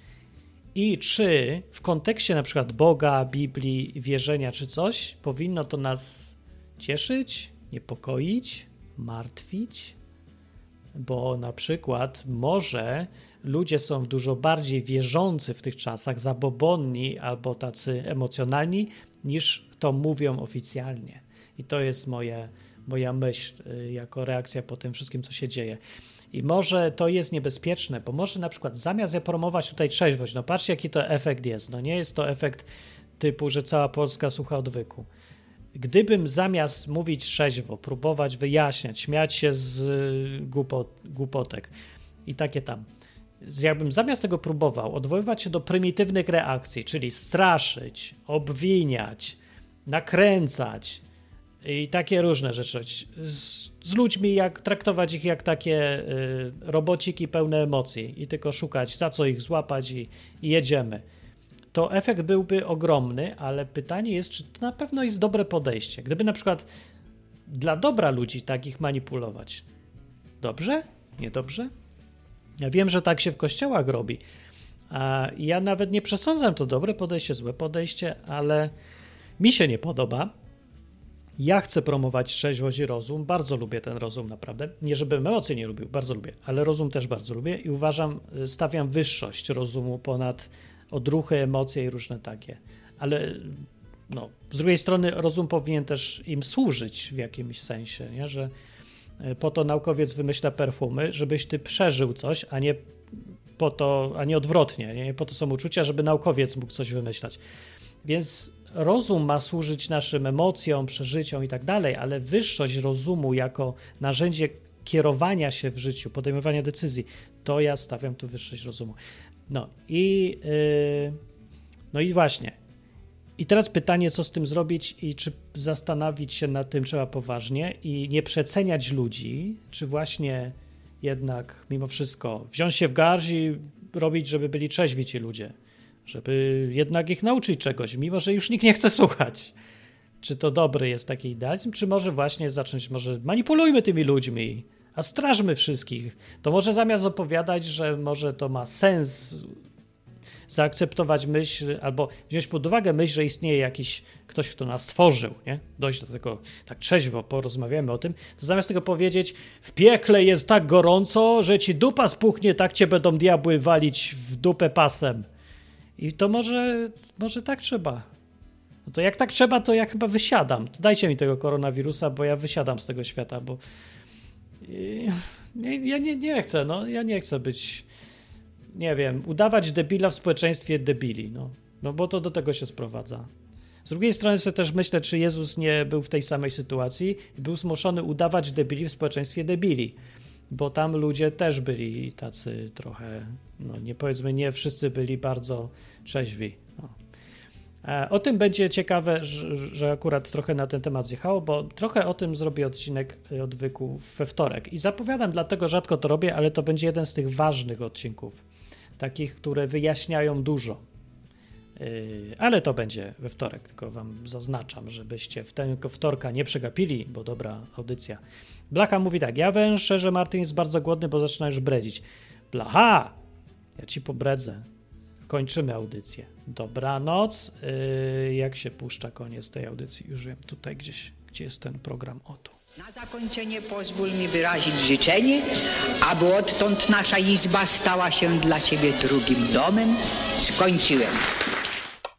I czy w kontekście na przykład Boga, Biblii, wierzenia czy coś powinno to nas cieszyć, niepokoić, martwić? Bo na przykład może ludzie są dużo bardziej wierzący w tych czasach, zabobonni albo tacy emocjonalni, niż to mówią oficjalnie. I to jest moja myśl jako reakcja po tym wszystkim, co się dzieje. I może to jest niebezpieczne, bo może na przykład zamiast promować tutaj trzeźwość, no patrzcie jaki to efekt jest, no nie jest to efekt typu, że cała Polska słucha odwyku. Gdybym zamiast mówić trzeźwo, próbować wyjaśniać, śmiać się z głupotek i takie tam, jakbym zamiast tego próbował odwoływać się do prymitywnych reakcji, czyli straszyć, obwiniać, nakręcać i takie różne rzeczy z ludźmi, jak traktować ich jak takie robociki pełne emocji i tylko szukać, za co ich złapać i jedziemy. To efekt byłby ogromny, ale pytanie jest, czy to na pewno jest dobre podejście. Gdyby na przykład dla dobra ludzi tak ich manipulować. Dobrze? Niedobrze? Ja wiem, że tak się w kościołach robi. A ja nawet nie przesądzam, to dobre podejście, złe podejście, ale mi się nie podoba. Ja chcę promować trzeźwość i rozum. Bardzo lubię ten rozum, naprawdę. Nie, żebym emocji nie lubił, bardzo lubię, ale rozum też bardzo lubię i stawiam wyższość rozumu ponad odruchy, emocje i różne takie. Ale no, z drugiej strony rozum powinien też im służyć w jakimś sensie, nie? Że po to naukowiec wymyśla perfumy, żebyś ty przeżył coś, a nie po to, a nie odwrotnie. Nie po to są uczucia, żeby naukowiec mógł coś wymyślać. Więc rozum ma służyć naszym emocjom, przeżyciom i tak dalej, ale wyższość rozumu jako narzędzie kierowania się w życiu, podejmowania decyzji, to ja stawiam tu wyższość rozumu. No i właśnie. I teraz pytanie, co z tym zrobić i czy zastanowić się nad tym trzeba poważnie i nie przeceniać ludzi, czy właśnie jednak mimo wszystko wziąć się w garść i robić, żeby byli trzeźwi ci ludzie, żeby jednak ich nauczyć czegoś, mimo że już nikt nie chce słuchać. Czy to dobry jest taki idealizm, czy może właśnie zacząć, może manipulujmy tymi ludźmi, a strażmy wszystkich. To może zamiast opowiadać, że może to ma sens zaakceptować myśl, albo wziąć pod uwagę myśl, że istnieje jakiś ktoś, kto nas stworzył, nie? Dojść do tego tak trzeźwo, porozmawiamy o tym, to zamiast tego powiedzieć, w piekle jest tak gorąco, że ci dupa spuchnie, tak cię będą diabły walić w dupę pasem. I to może tak trzeba. No to jak tak trzeba, to ja chyba wysiadam. To dajcie mi tego koronawirusa, bo ja wysiadam z tego świata, bo ja nie chcę, no ja nie chcę być, nie wiem, udawać debila w społeczeństwie debili, no bo to do tego się sprowadza. Z drugiej strony sobie też myślę, czy Jezus nie był w tej samej sytuacji i był zmuszony udawać debili w społeczeństwie debili, bo tam ludzie też byli tacy trochę, no nie powiedzmy, nie wszyscy byli bardzo trzeźwi. No. O tym będzie ciekawe, że akurat trochę na ten temat zjechało, bo trochę o tym zrobię odcinek odwyku we wtorek. I zapowiadam, dlatego rzadko to robię, ale to będzie jeden z tych ważnych odcinków, takich, które wyjaśniają dużo. Ale to będzie we wtorek, tylko wam zaznaczam, żebyście w tego wtorka nie przegapili, bo dobra audycja. Blacha mówi tak, ja węszę, że Martin jest bardzo głodny, bo zaczyna już bredzić. Blacha, ja ci pobredzę. Kończymy audycję. Dobranoc. Jak się puszcza koniec tej audycji? Już wiem, tutaj gdzieś, gdzie jest ten program. O tu. Na zakończenie pozwól mi wyrazić życzenie, aby odtąd nasza izba stała się dla Ciebie drugim domem. Skończyłem.